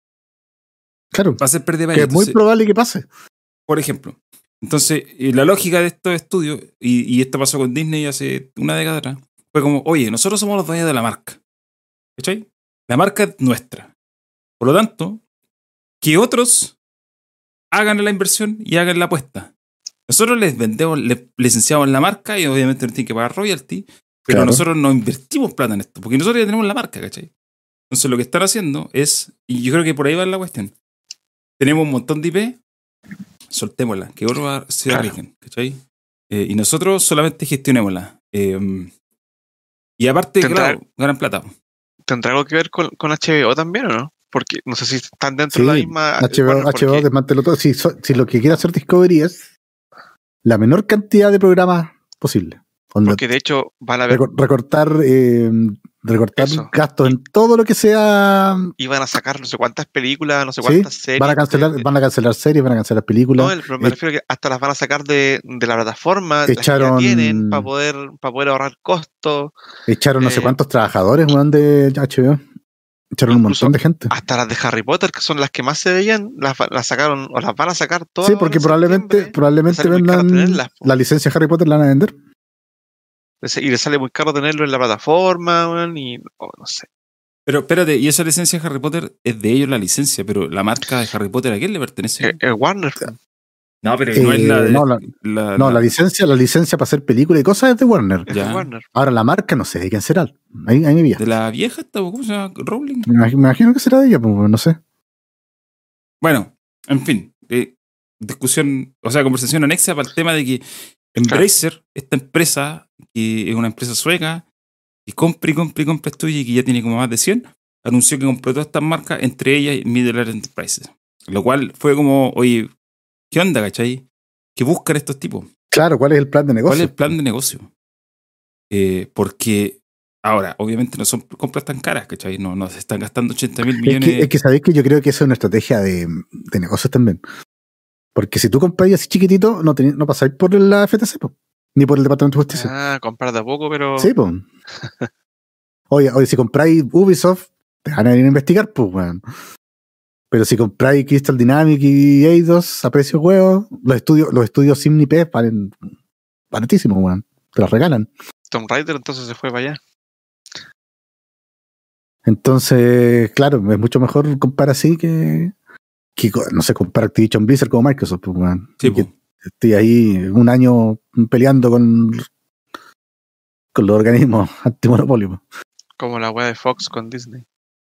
Claro, Va a ser pérdida de que valor. es muy Entonces, probable que pase. por ejemplo. Entonces, eh, la lógica de estos estudios, y, y esto pasó con Disney hace una década atrás, fue como, oye, nosotros somos los dueños de la marca. ¿Cachai? La marca es nuestra. Por lo tanto, que otros hagan la inversión y hagan la apuesta. Nosotros les vendemos, les licenciamos la marca y obviamente nos tienen que pagar royalty, pero Claro. nosotros no invertimos plata en esto, porque nosotros ya tenemos la marca, ¿cachai? Entonces lo que están haciendo es, y yo creo que por ahí va la cuestión, tenemos un montón de I P, soltémosla, que otros se Claro. arriesguen, ¿cachai? Eh, y nosotros solamente gestionémosla. Eh, y aparte, Tendrá- claro, ganan plata. ¿Tendrá algo que ver con, con H B O también o no? Porque no sé si están dentro Sí, de la misma. H B O, Warner, H B O porque- desmanteló todo. Si, so- si lo que quiere hacer Discovery es la menor cantidad de programas posible. Onda, Porque de hecho van a ver, recor- recortar eh, recortar Eso. gastos en todo lo que sea. iban a sacar no sé cuántas películas, no sé Sí, cuántas series. van a cancelar, de- van a cancelar series, van a cancelar películas. No, el- pero me Eh, refiero a que hasta las van a sacar de, de la plataforma, las que ya Echaron- tienen, para poder, para poder ahorrar costos. Echaron no sé eh, cuántos trabajadores, weón, de H B O. Echaron un Incluso montón de gente. Hasta las de Harry Potter, que son las que más se veían, las, va- las sacaron o las van a sacar todas. Sí, ahora porque en probablemente, septiembre. probablemente sale muy caro vendan tenerlas, po. la licencia de Harry Potter, la van a vender. Y le sale muy caro tenerlo en la plataforma, weón, y oh, no sé. Pero espérate, y esa licencia de Harry Potter es de ellos la licencia, pero la marca de Harry Potter, ¿a quién le pertenece? Eh, eh, Warner. No, pero no es Eh, la de. no, la- la- No, la- la licencia, la licencia para hacer películas y cosas es de Warner. Es Ya. de Warner. Ahora la marca no sé de quién será. Ahí, ahí me pilla. de la vieja esta, ¿cómo se llama? Rowling. Me imagino, me imagino que será de ella, pues no sé. Bueno, en fin. eh, discusión, o sea, conversación anexa para el tema de que Embracer, esta empresa, que es una empresa sueca, que compra y compra y compra estudios y que ya tiene como más de cien, anunció que compró todas estas marcas, entre ellas Middle Earth Enterprises. Lo cual fue como, oye, ¿qué onda, cachai? ¿Qué buscan estos tipos? Claro, ¿cuál es el plan de negocio? ¿Cuál es el plan de negocio? Eh, porque ahora, obviamente no son compras tan caras, ¿cachai? No, no se están gastando ochenta mil Es millones. que, es que sabéis que yo creo que eso es una estrategia de, de negocios también. Porque si tú compráis así chiquitito, no, tení- no pasáis por la F T C, po, ni por el Departamento de Justicia. Ah, comprar de a poco, pero. Sí, pues. Oye, oye, si compráis Ubisoft, te van a venir a investigar, pues, weón. Pero si compráis Crystal Dynamics y Eidos a precio huevo, los estudios, los estudios Simnipé valen baratísimos, weón. Te los regalan. Tomb Raider entonces se fue para allá. Entonces, claro, es mucho mejor comprar así que, que co- no sé, comprar Activision Blizzard como Microsoft, pues, weón. Sí, Y que po. estoy ahí un año peleando con, con los organismos antimonopolio. po. Como la wea de Fox con Disney.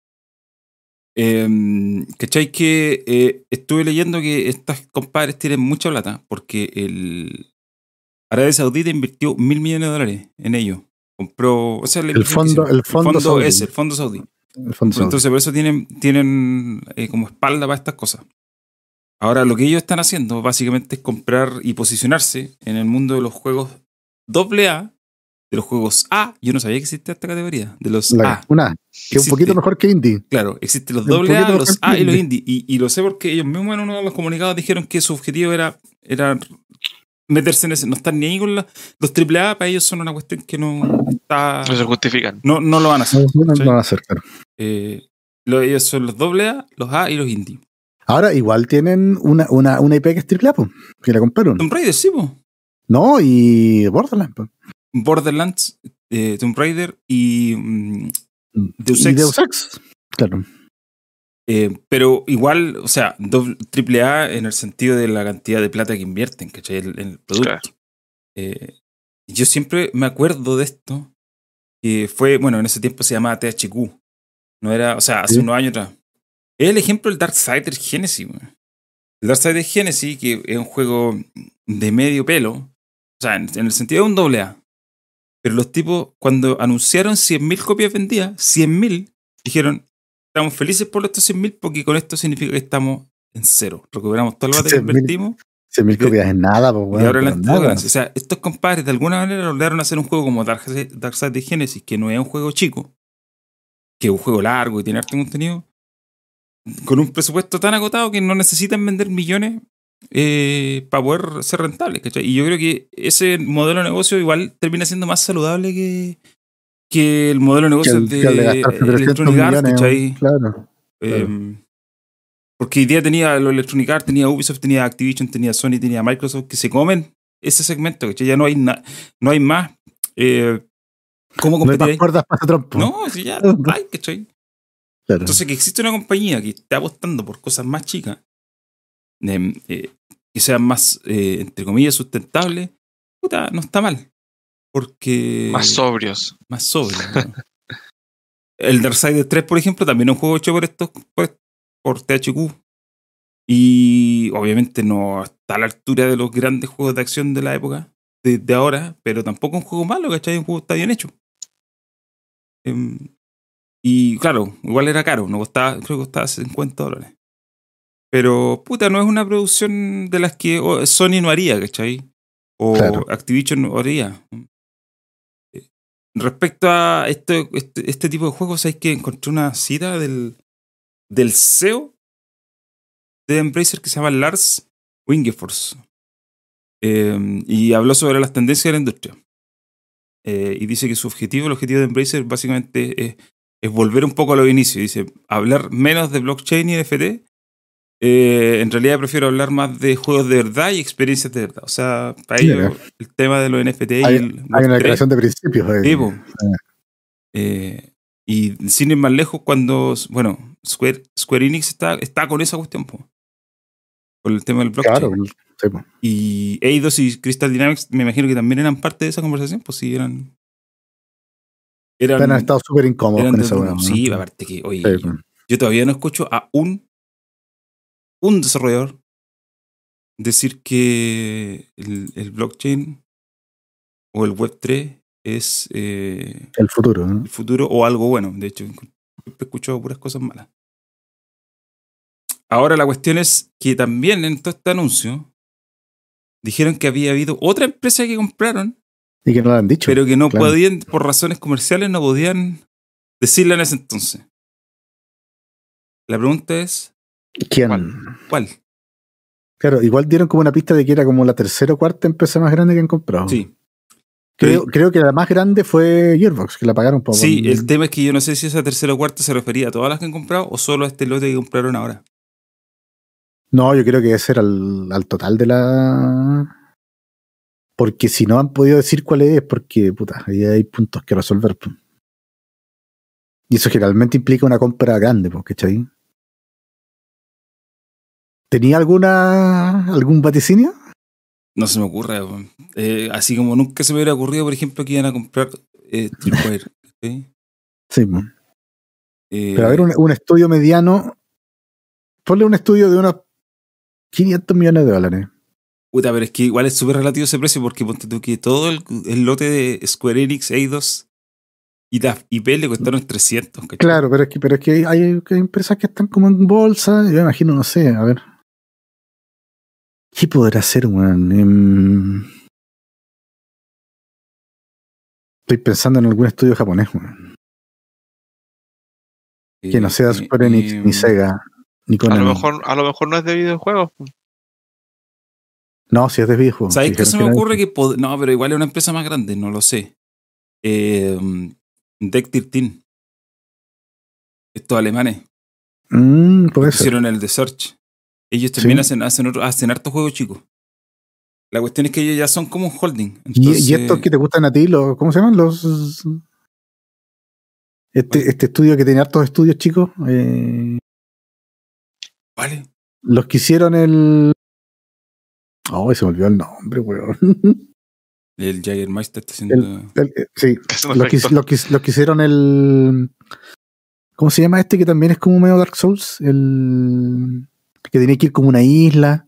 Eh, ¿Cachai? Que eh, estuve leyendo que estos compadres tienen mucha plata porque el Arabia Saudita invirtió mil millones de dólares en ello. Compró, o sea, la El inversión que fondo- hicieron. el fondo saudí. es el fondo saudí. El fondo saudí. Entonces, por eso tienen, tienen eh, como espalda para estas cosas. Ahora, lo que ellos están haciendo básicamente es comprar y posicionarse en el mundo de los juegos doble A, de los juegos A. Yo no sabía que existía esta categoría, de los La- A. una, que es un Existe. poquito mejor que Indie. Claro, existen los Un doble A, poquito los mejor A que y los indie. indie. Y, y lo sé porque ellos mismos en uno de los comunicados dijeron que su objetivo era, era meterse en ese. No están ni ahí con la- los triple A, para ellos son una cuestión que no está. No se justifican. No, no lo van a hacer. No, no ¿cachai? van a hacer, claro. Eh, lo- ellos son los doble A, los A y los indie. Ahora, igual tienen una, una, una I P que es triple A, po, que la compraron. Tomb Raider, sí, po. No, y Borderlands. po. Borderlands, eh, Tomb Raider y mm, Deus y Ex. Deus Ex. Claro. Eh, pero igual, o sea, doble- triple A en el sentido de la cantidad de plata que invierten, ¿cachai? En, en el producto. Claro. Eh, yo siempre me acuerdo de esto, que fue, bueno, en ese tiempo se llamaba T H Q. No era, o sea, hace Sí. unos años atrás. Es el ejemplo del Darksiders Genesis, weón. El Darksiders Genesis, que es un juego de medio pelo, o sea, en, en el sentido de un doble A. Pero los tipos, cuando anunciaron cien mil copias vendidas, cien mil, dijeron, estamos felices por estos cien mil porque con esto significa que estamos en cero. Recuperamos toda la plata que cien mil invertimos cien mil copias es nada, pues, y weón, ahora la pero entidad nada. ganancia. O sea, estos compadres de alguna manera lograron hacer un juego como Dark- Darksiders Genesis, que no es un juego chico, que es un juego largo y tiene harto contenido, con un presupuesto tan agotado que no necesitan vender millones eh, para poder ser rentables, ¿cachai? Y yo creo que ese modelo de negocio igual termina siendo más saludable que, que el modelo de Que negocio el, de que el de gastarse trescientos Electronic Arts, millones, ¿cachai? claro. Eh, claro. Porque hoy día tenía los Electronic Arts, tenía Ubisoft, tenía Activision, tenía Sony, tenía Microsoft, que se comen ese segmento, ¿cachai? Ya no hay, na- no hay más. Eh, ¿Cómo No hay competir más ahí? cuerdas para ese trompo. No, si ya hay, ¿cachai? Claro. Entonces, que existe una compañía que esté apostando por cosas más chicas, eh, eh, que sean más, eh, entre comillas, sustentables, puta, no está mal. Porque. Más sobrios. Más sobre. ¿no? El Darksiders tres, por ejemplo, también es un juego hecho por estos, por, por T H Q. Y obviamente no está a la altura de los grandes juegos de acción de la época, de, de ahora, pero tampoco es un juego malo, ¿cachai? Un juego está bien hecho. Eh, y claro, igual era caro, no costaba, creo que costaba cincuenta dólares. Pero, puta, no es una producción de las que oh, Sony no haría, ¿cachai? O Claro. Activision no haría. Respecto a este, este, este tipo de juegos, hay que encontré una cita del, del C E O de Embracer que se llama Lars Wingefors. Eh, y habló sobre las tendencias de la industria. Eh, y dice que su objetivo, el objetivo de Embracer, básicamente es, es volver un poco a los inicios. Dice, hablar menos de blockchain y N F T. Eh, en realidad prefiero hablar más de juegos de verdad y experiencias de verdad. O sea, para Sí, ellos el tema de los N F T Hay, y el hay una web tres, declaración de principios. ahí. sí, po. Eh, y sin ir más lejos, cuando, bueno, Square, Square Enix está, está con esa cuestión, po, con el tema del blockchain. Claro, sí, po. Y Eidos y Crystal Dynamics, me imagino que también eran parte de esa conversación, pues sí, eran. Eran, Han estado súper incómodos eran con de esa otro weá. mundo. ¿no? Sí, aparte que, oye, Sí, po. yo todavía no escucho a un, un desarrollador decir que el, el blockchain o el web tres es eh, El futuro. ¿no? el futuro o algo bueno. De hecho, siempre he escuchado puras cosas malas. Ahora la cuestión es que también en todo este anuncio dijeron que había habido otra empresa que compraron, Y que no lo han dicho. pero que no claro. podían, por razones comerciales, no podían decirla en ese entonces. La pregunta es, ¿Quién? ¿Cuál? ¿cuál? Claro, igual dieron como una pista de que era como la tercera o cuarta empresa más grande que han comprado. Sí. Creo, Pero- creo que la más grande fue Gearbox, que la pagaron por. Sí, el tema es que yo no sé si esa tercera o cuarta se refería a todas las que han comprado o solo a este lote que compraron ahora. No, yo creo que ese era al, al total de la. Porque si no han podido decir cuál es, porque puta, ahí hay puntos que resolver. po. Y eso generalmente implica una compra grande, pues, ¿cachai? ¿Tenía alguna algún vaticinio? No se me ocurre. weón. Eh, así como nunca se me hubiera ocurrido, por ejemplo, que iban a comprar eh, Tripwire. ¿sí? Sí, pues. Eh, Pero a ver, un, un estudio mediano. Ponle un estudio de unos quinientos millones de dólares. Puta, pero es que igual es súper relativo ese precio porque ponte tú que todo el, el lote de Square Enix, Eidos y D A F I P le costaron trescientos. ¿cachai? Claro, pero es que, pero es que hay, hay empresas que están como en bolsa. Yo me imagino, no sé, a ver. ¿Qué podrá ser, weón? Em, Estoy pensando en algún estudio japonés, weón. Que no sea Eh, Square Enix, eh, ni Sega, ni A Konami. lo mejor, a lo mejor no es de videojuegos. No, si es de viejo. ¿Sabes qué Dijeron se que me era ocurre? de- Que pod- no, pero igual es una empresa más grande, no lo sé. Eh, Deck trece. Estos alemanes Mm, que puede ser. pusieron el de Search. Ellos también Sí. hacen, hacen, otro, hacen hartos juegos chicos. La cuestión es que ellos ya son como un holding. ¿Y, Entonces, y estos que te gustan a ti, los, ¿cómo se llaman? Los. Este, este estudio que tiene hartos estudios chicos. eh, vale. los que hicieron el. Oh, se me olvidó el nombre, weón. El Jagermeister está haciendo. El- el- eh, sí, Que es un los que, efecto. los, que, los que hicieron el. ¿Cómo se llama este que también es como medio Dark Souls? El. Que tenía que ir como una isla.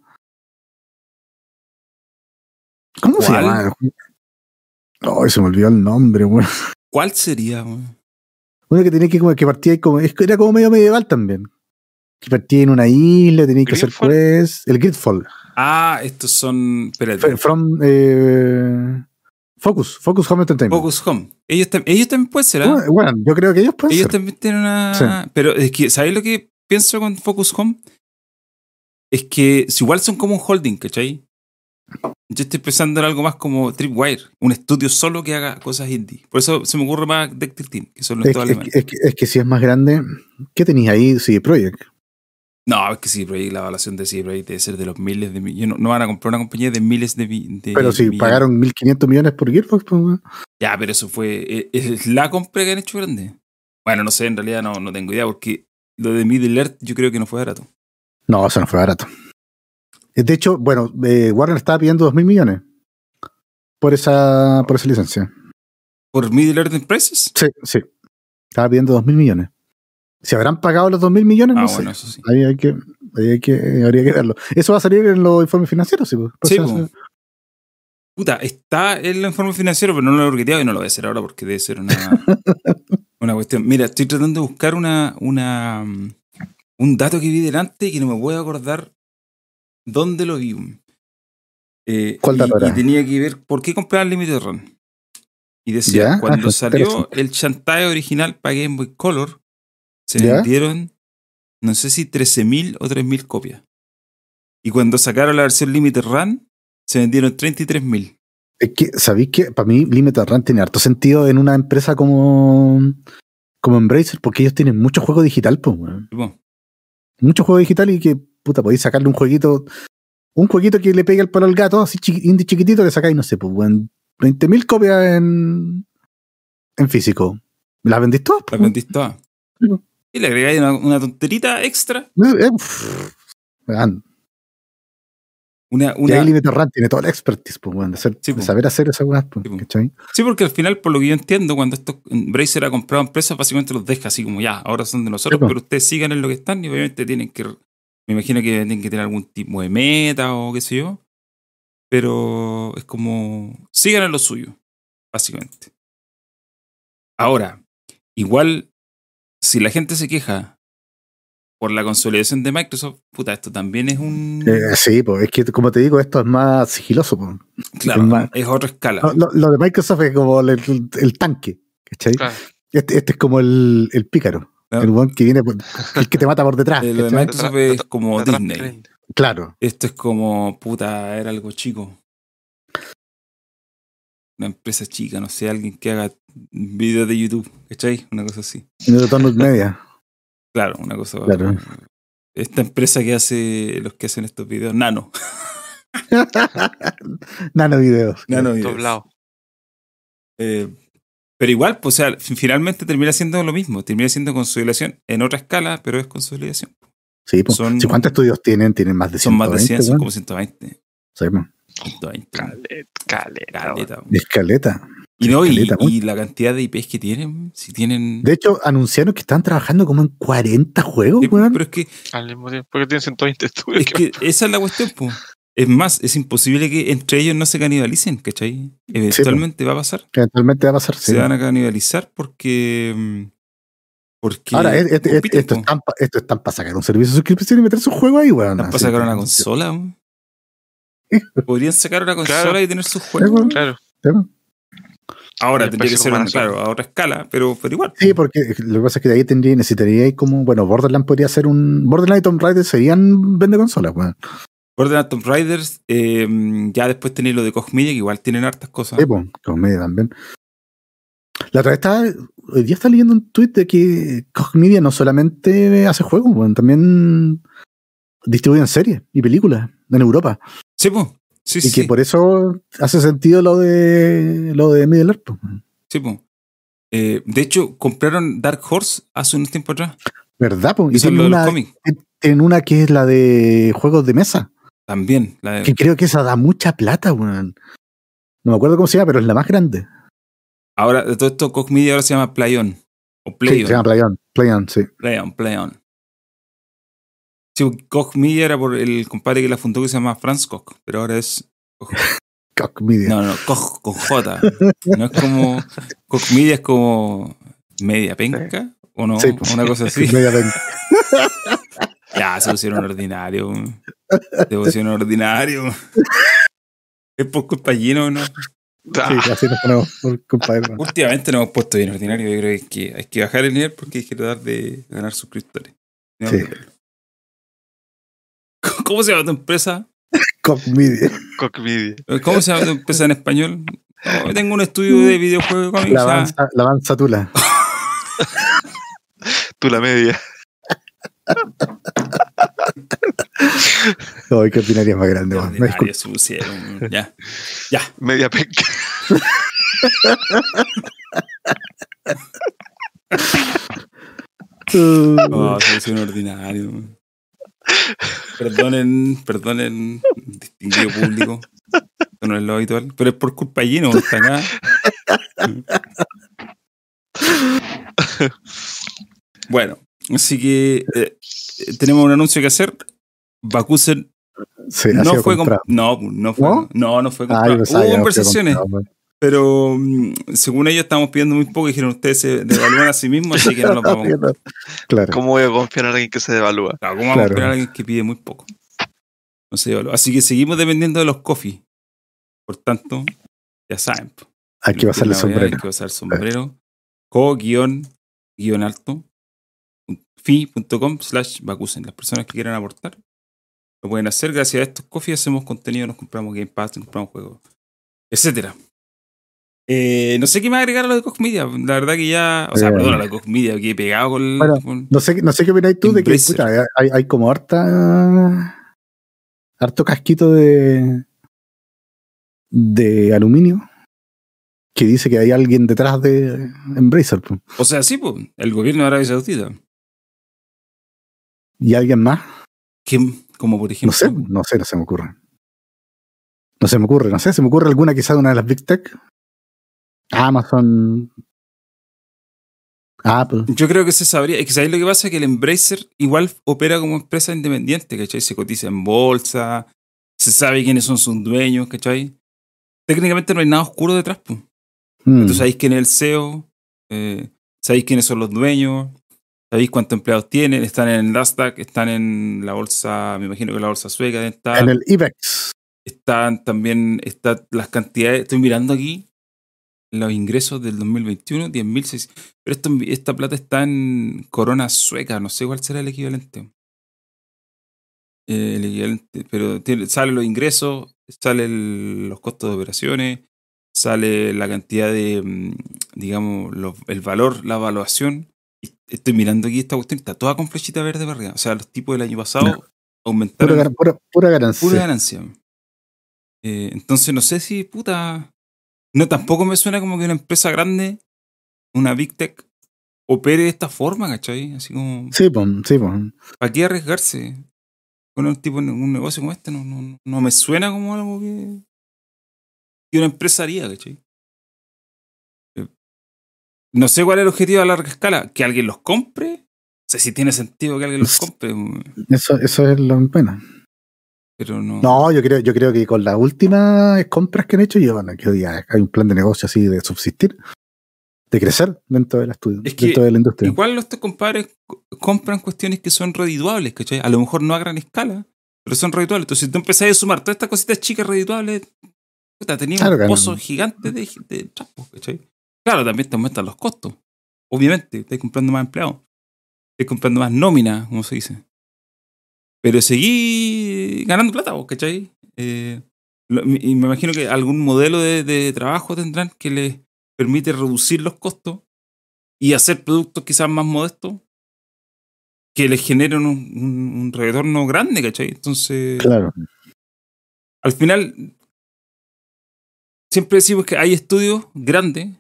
¿Cómo se ¿Cuál? llama? Oh, se me olvidó el nombre, weón. ¿Cuál sería? weón? Uno que tenía que como que partía ahí como. es que Era como medio medieval también. Que partía en una isla, tenía que hacer ¿Gridfall? quests. El Gridfall. Ah, estos son. Espérate. F- From. eh, Focus. Focus Home Entertainment. Focus Home. Ellos, tam- ellos también pueden ser, ¿ah? Bueno, bueno, yo creo que ellos pueden Ellos ser. también tienen una. Sí. Pero es que, ¿sabéis lo que pienso con Focus Home? Es que si igual son como un holding, ¿cachai? Yo estoy pensando en algo más como Tripwire, un estudio solo que haga cosas indie. Por eso se me ocurre más Dectil Team, que son los Es, dos que- alemanes. es que, es que si es más grande, ¿qué tenéis ahí? C D Projekt. No, es que sí, Projekt, la evaluación de sí, Projekt debe ser de los miles de millones. No, no van a comprar una compañía de miles de, mi- de Pero si millones. pagaron mil quinientos millones por Gearbox, pues, weón. Ya, pero eso fue. eh, ¿Es la compra que han hecho grande? Bueno, no sé, en realidad no, no tengo idea, porque lo de Middle Earth yo creo que no fue barato. No, eso no fue barato. De hecho, bueno, eh, Warner estaba pidiendo dos mil millones por esa, por esa licencia. ¿Por Middle Earth Enterprises? Sí, sí. Estaba pidiendo dos mil millones. Si habrán pagado los dos mil millones, Ah, no bueno, sé. eso sí. Ahí hay que, ahí hay que, habría que verlo. Eso va a salir en los informes financieros, sí. Pues. Sí, Pues, po. eso- Puta, está en el informe financiero, pero no lo he bloqueado y no lo voy a hacer ahora porque debe ser una, una cuestión. Mira, estoy tratando de buscar una, una, um, un dato que vi delante y que no me puedo acordar dónde lo vi. Eh, ¿Cuál y, dato era? y tenía que ver por qué compraban Limited Run. Y decía, ¿Ya? cuando Ah, salió interesante. el Shantae original para Game Boy Color, se ¿Ya? vendieron, no sé si trece mil o tres mil copias. Y cuando sacaron la versión Limited Run, se vendieron treinta y tres mil. Es que, ¿sabéis que para mí Limited Run tiene harto sentido en una empresa como, como Embracer? Porque ellos tienen mucho juego digital, pues, weón. Tipo, Mucho juego digital y que, puta, podéis sacarle un jueguito, un jueguito que le pegue el palo al gato, así chiqui- indie chiquitito, le sacáis, no sé, pues, weón, veinte mil copias en, en físico. ¿Las vendís todas? la Pues, weón? vendís toda. Sí, pues. Y le agregáis una, una tonterita extra. Eh, pff, weón. Una, Y ahí una, Limited Run tiene toda la expertise, pues, weón, de, hacer- Sí, de pues. saber hacer esa weá, pues, Sí, pues. ¿cachai? Sí, porque al final, por lo que yo entiendo, cuando esto Bracer ha comprado empresas, básicamente los deja así como ya, ahora son de nosotros, Sí, pues. pero ustedes sigan en lo que están y obviamente tienen que, me imagino que tienen que tener algún tipo de meta o qué sé yo, pero es como, sigan en lo suyo, básicamente. Ahora, igual, si la gente se queja por la consolidación de Microsoft, puta, esto también es un... Eh, sí, pues, es que, como te digo, esto es más sigiloso, pues. claro, es más- es otra escala. Lo, lo- lo de Microsoft es como el, el- el tanque, ¿cachai? Claro. Este, este es como el, el pícaro, ¿no? el weón que viene, por- el que te mata por detrás. Eh, lo de ¿cachai? Microsoft De es como De atrás, Disney. creen. Claro, Esto es como, puta, era algo chico. Una empresa chica, no sé, alguien que haga videos de YouTube, ¿cachai? Una cosa así. en el Donut Media. Claro, una cosa. Claro. Esta empresa que hace los que hacen estos videos, Nano. Nano videos. Nano videos. Doblado. Eh, pero igual, pues, o sea, finalmente termina siendo lo mismo. Termina siendo consolidación en otra escala, pero es consolidación. Sí, pues. Son- ¿Sí, ¿cuántos estudios tienen? Tienen más de Son más de cien, ciento son veinte, como ciento veinte. Sí, pues. ciento veinte. Caleta, caleta. Caleta, weón. Escaleta. Y no, y, Caleta, weón. y la cantidad de I Ps que tienen, si tienen. De hecho, anunciaron que están trabajando como en cuarenta juegos, Sí, weón. pero es que Al mismo tiempo. Porque tienen ciento veinte estudios. Es que esa es la cuestión, pues. Es más, es imposible que entre ellos no se canibalicen, ¿cachai? Eventualmente va a pasar. Eventualmente va a pasar, sí. Se van a canibalizar porque. mm, porque Ahora, este- este- compiten, esto, po. están, pa- esto están para sacar un servicio de suscripción y meter sus juegos ahí, weón. Están para Así sacar que- una consola. weón. Podrían sacar una consola Claro. y tener sus Sí, juegos. weón. Claro. Sí, weón. Ahora Y el tendría que precio ser, como un- van a hacer. claro, a otra escala, pero, pero igual. Sí, porque lo que pasa es que de ahí tendría, necesitaría como, bueno, Borderlands podría ser un. Borderlands y Tomb Raider serían vende consolas, weón. Borderlands Tomb Raiders, eh, ya después tenéis lo de Koch Media, que igual tienen hartas cosas. Sí, pues, con media también. La otra vez estaba, hoy día estaba leyendo un tweet de que Koch Media no solamente hace juegos, weón, también distribuyen series y películas en Europa. Sí, pues. Sí, Y sí. que por eso hace sentido lo de lo de Middle Earth, pues. Sí, po. Eh, de hecho, compraron Dark Horse hace unos tiempos atrás. ¿Verdad? Pues? Y Y son tienen lo de los una, cómics. tienen una que es la de juegos de mesa. También. La de- Que creo que esa da mucha plata, weón. No me acuerdo cómo se llama, pero es la más grande. Ahora, de todo esto, Koch Media ahora se llama Playon. O Sí, Playon. se llama Playon. Playon, sí. Playon, Playon. Sí, Koch Media era por el compadre que la fundó que se llama Franz Koch, pero ahora es. Koch- Koch Media. No, no, Koch con J. No es como. Koch Media es como media penca, o no, Sí, pues. una cosa así. Media pen- Ya, se pusieron ordinario. Se pusieron ordinario. Es por culpa de Gino, ¿no? Ah, Sí, así nos ponemos, por compadre. weón. Últimamente nos hemos puesto bien ordinario. Yo creo que hay que bajar el nivel porque hay que tratar de ganar suscriptores. No, Sí. ¿Cómo se llama tu empresa? Cock Media. Cock Media. ¿Cómo se llama tu empresa en español? Oh, tengo un estudio de videojuegos cómics. La avanza, la avanza Tula. Tula Media. Ay, qué ordinaria más grande. Man. Me disculpo. Se pusieron. Ya. Ya. Media penca. Oh, se pusieron ordinario. Man. Perdonen, perdonen, distinguido público. Esto no es lo habitual, pero es por culpa de Gino, está acá. Bueno, así que eh, tenemos un anuncio que hacer. Bakusen Sí, no fue comprado. No, no fue, ¿No? no, no fue comprado. Ah, hubo conversaciones, pero um, según ellos estamos pidiendo muy poco y dijeron ustedes se devalúan a sí mismos, así que no lo vamos a comprar. Claro. ¿Cómo voy a confiar en alguien que se devalúa? Claro, ¿cómo vamos claro. a confiar en alguien que pide muy poco? No se devalúa. Así que seguimos dependiendo de los coffee. Por tanto, ya saben. Aquí va a ser el sombrero. Aquí va a ser el sombrero. Co guión guión alto fi punto com slash bakusen. Las personas que quieran aportar lo pueden hacer. Gracias a estos coffee hacemos contenido, nos compramos Game Pass, nos compramos juegos, etcétera. Eh, no sé qué más agregar a lo de Cock Media. La verdad que ya, o sea, eh, perdón, a lo de Cock Media, que he pegado con, el, bueno, con no sé, no sé qué opináis tú Embracer. De que puta, hay, hay como harta harto casquito de de aluminio que dice que hay alguien detrás de Embracer. Pues. O sea, sí, pues, el gobierno de Arabia Saudita. ¿Y alguien más? ¿Quién? Como por ejemplo. No sé, no sé, no se me ocurre. No se me ocurre, no sé, se me ocurre alguna quizá de una de las Big Tech. Amazon, Apple. Yo creo que se sabría. Es que ¿sabéis lo que pasa? Que el Embracer igual opera como empresa independiente, ¿cachai? Se cotiza en bolsa, se sabe quiénes son sus dueños, ¿cachai? Técnicamente no hay nada oscuro detrás, pues. Mm. Entonces sabéis quién es el C E O, eh, sabéis quiénes son los dueños, sabéis cuántos empleados tienen, están en el Nasdaq, están en la bolsa, me imagino que la bolsa sueca está. En el IBEX. Están también, están las cantidades, estoy mirando aquí los ingresos del dos mil veintiuno, diez mil seiscientos. Pero esto, esta plata está en corona sueca, no sé cuál será el equivalente. Eh, el equivalente, pero tiene, sale los ingresos, sale el, los costos de operaciones, sale la cantidad de, digamos, los, el valor, la evaluación. Estoy mirando aquí esta cuestión, está toda con flechita verde para arriba. O sea, los tipos del año pasado no. aumentaron. Pura, pura, pura ganancia. Pura ganancia. Eh, entonces no sé si, puta... No, tampoco me suena como que una empresa grande, una Big Tech, opere de esta forma, ¿cachai? Así como... Sí, pues, sí, pues. ¿Para qué arriesgarse con un tipo un negocio como este? No, no, no me suena como algo que, que una empresa haría, ¿cachai? No sé cuál es el objetivo a larga escala. ¿Que alguien los compre? No sé si tiene sentido que alguien los compre. Eso, eso es lo pena. Pero no. No, yo creo, yo creo que con las últimas compras que han hecho, yo, bueno, que hoy día hay un plan de negocio así de subsistir, de crecer dentro del estudio, es que dentro de la industria. Igual los compadres compran cuestiones que son redituables, ¿cachai? A lo mejor no a gran escala, pero son redituables. Entonces, si tú empezás a sumar todas estas cositas chicas redituables, puta, tenías claro, un pozo no. gigante de, de trapos, ¿cachai? Claro, también te aumentan los costos. Obviamente, estás comprando más empleados, estás comprando más nómina, como se dice. Pero seguí ganando plata, ¿cachai? Eh, lo, y me imagino que algún modelo de, de trabajo tendrán que les permite reducir los costos y hacer productos quizás más modestos que les generen un, un, un retorno grande, ¿cachai? Entonces, claro. Al final, siempre decimos que hay estudios grandes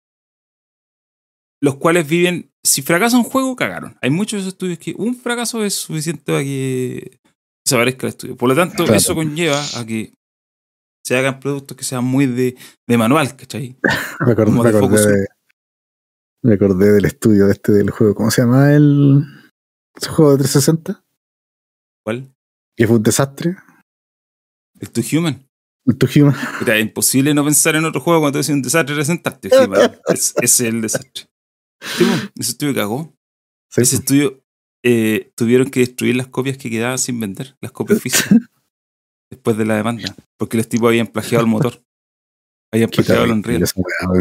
los cuales viven... Si fracasa un juego, cagaron. Hay muchos estudios que un fracaso es suficiente para que desaparezca el estudio. Por lo tanto, claro. Eso conlleva a que se hagan productos que sean muy de, de manual, ¿cachai? Me acordé, me, acordé de, me acordé del estudio de este del juego. ¿Cómo se llama el ese juego de trescientos sesenta? ¿Cuál? Que fue un desastre. El Two Human. El Two Human. Era imposible no pensar en otro juego cuando es un desastre presentarte. es, ese es el desastre. Sí, ese estudio cagó. Sí, ese estudio eh, tuvieron que destruir las copias que quedaban sin vender, las copias físicas, después de la demanda, porque los tipos habían plagiado el motor, habían plagiado el Unreal.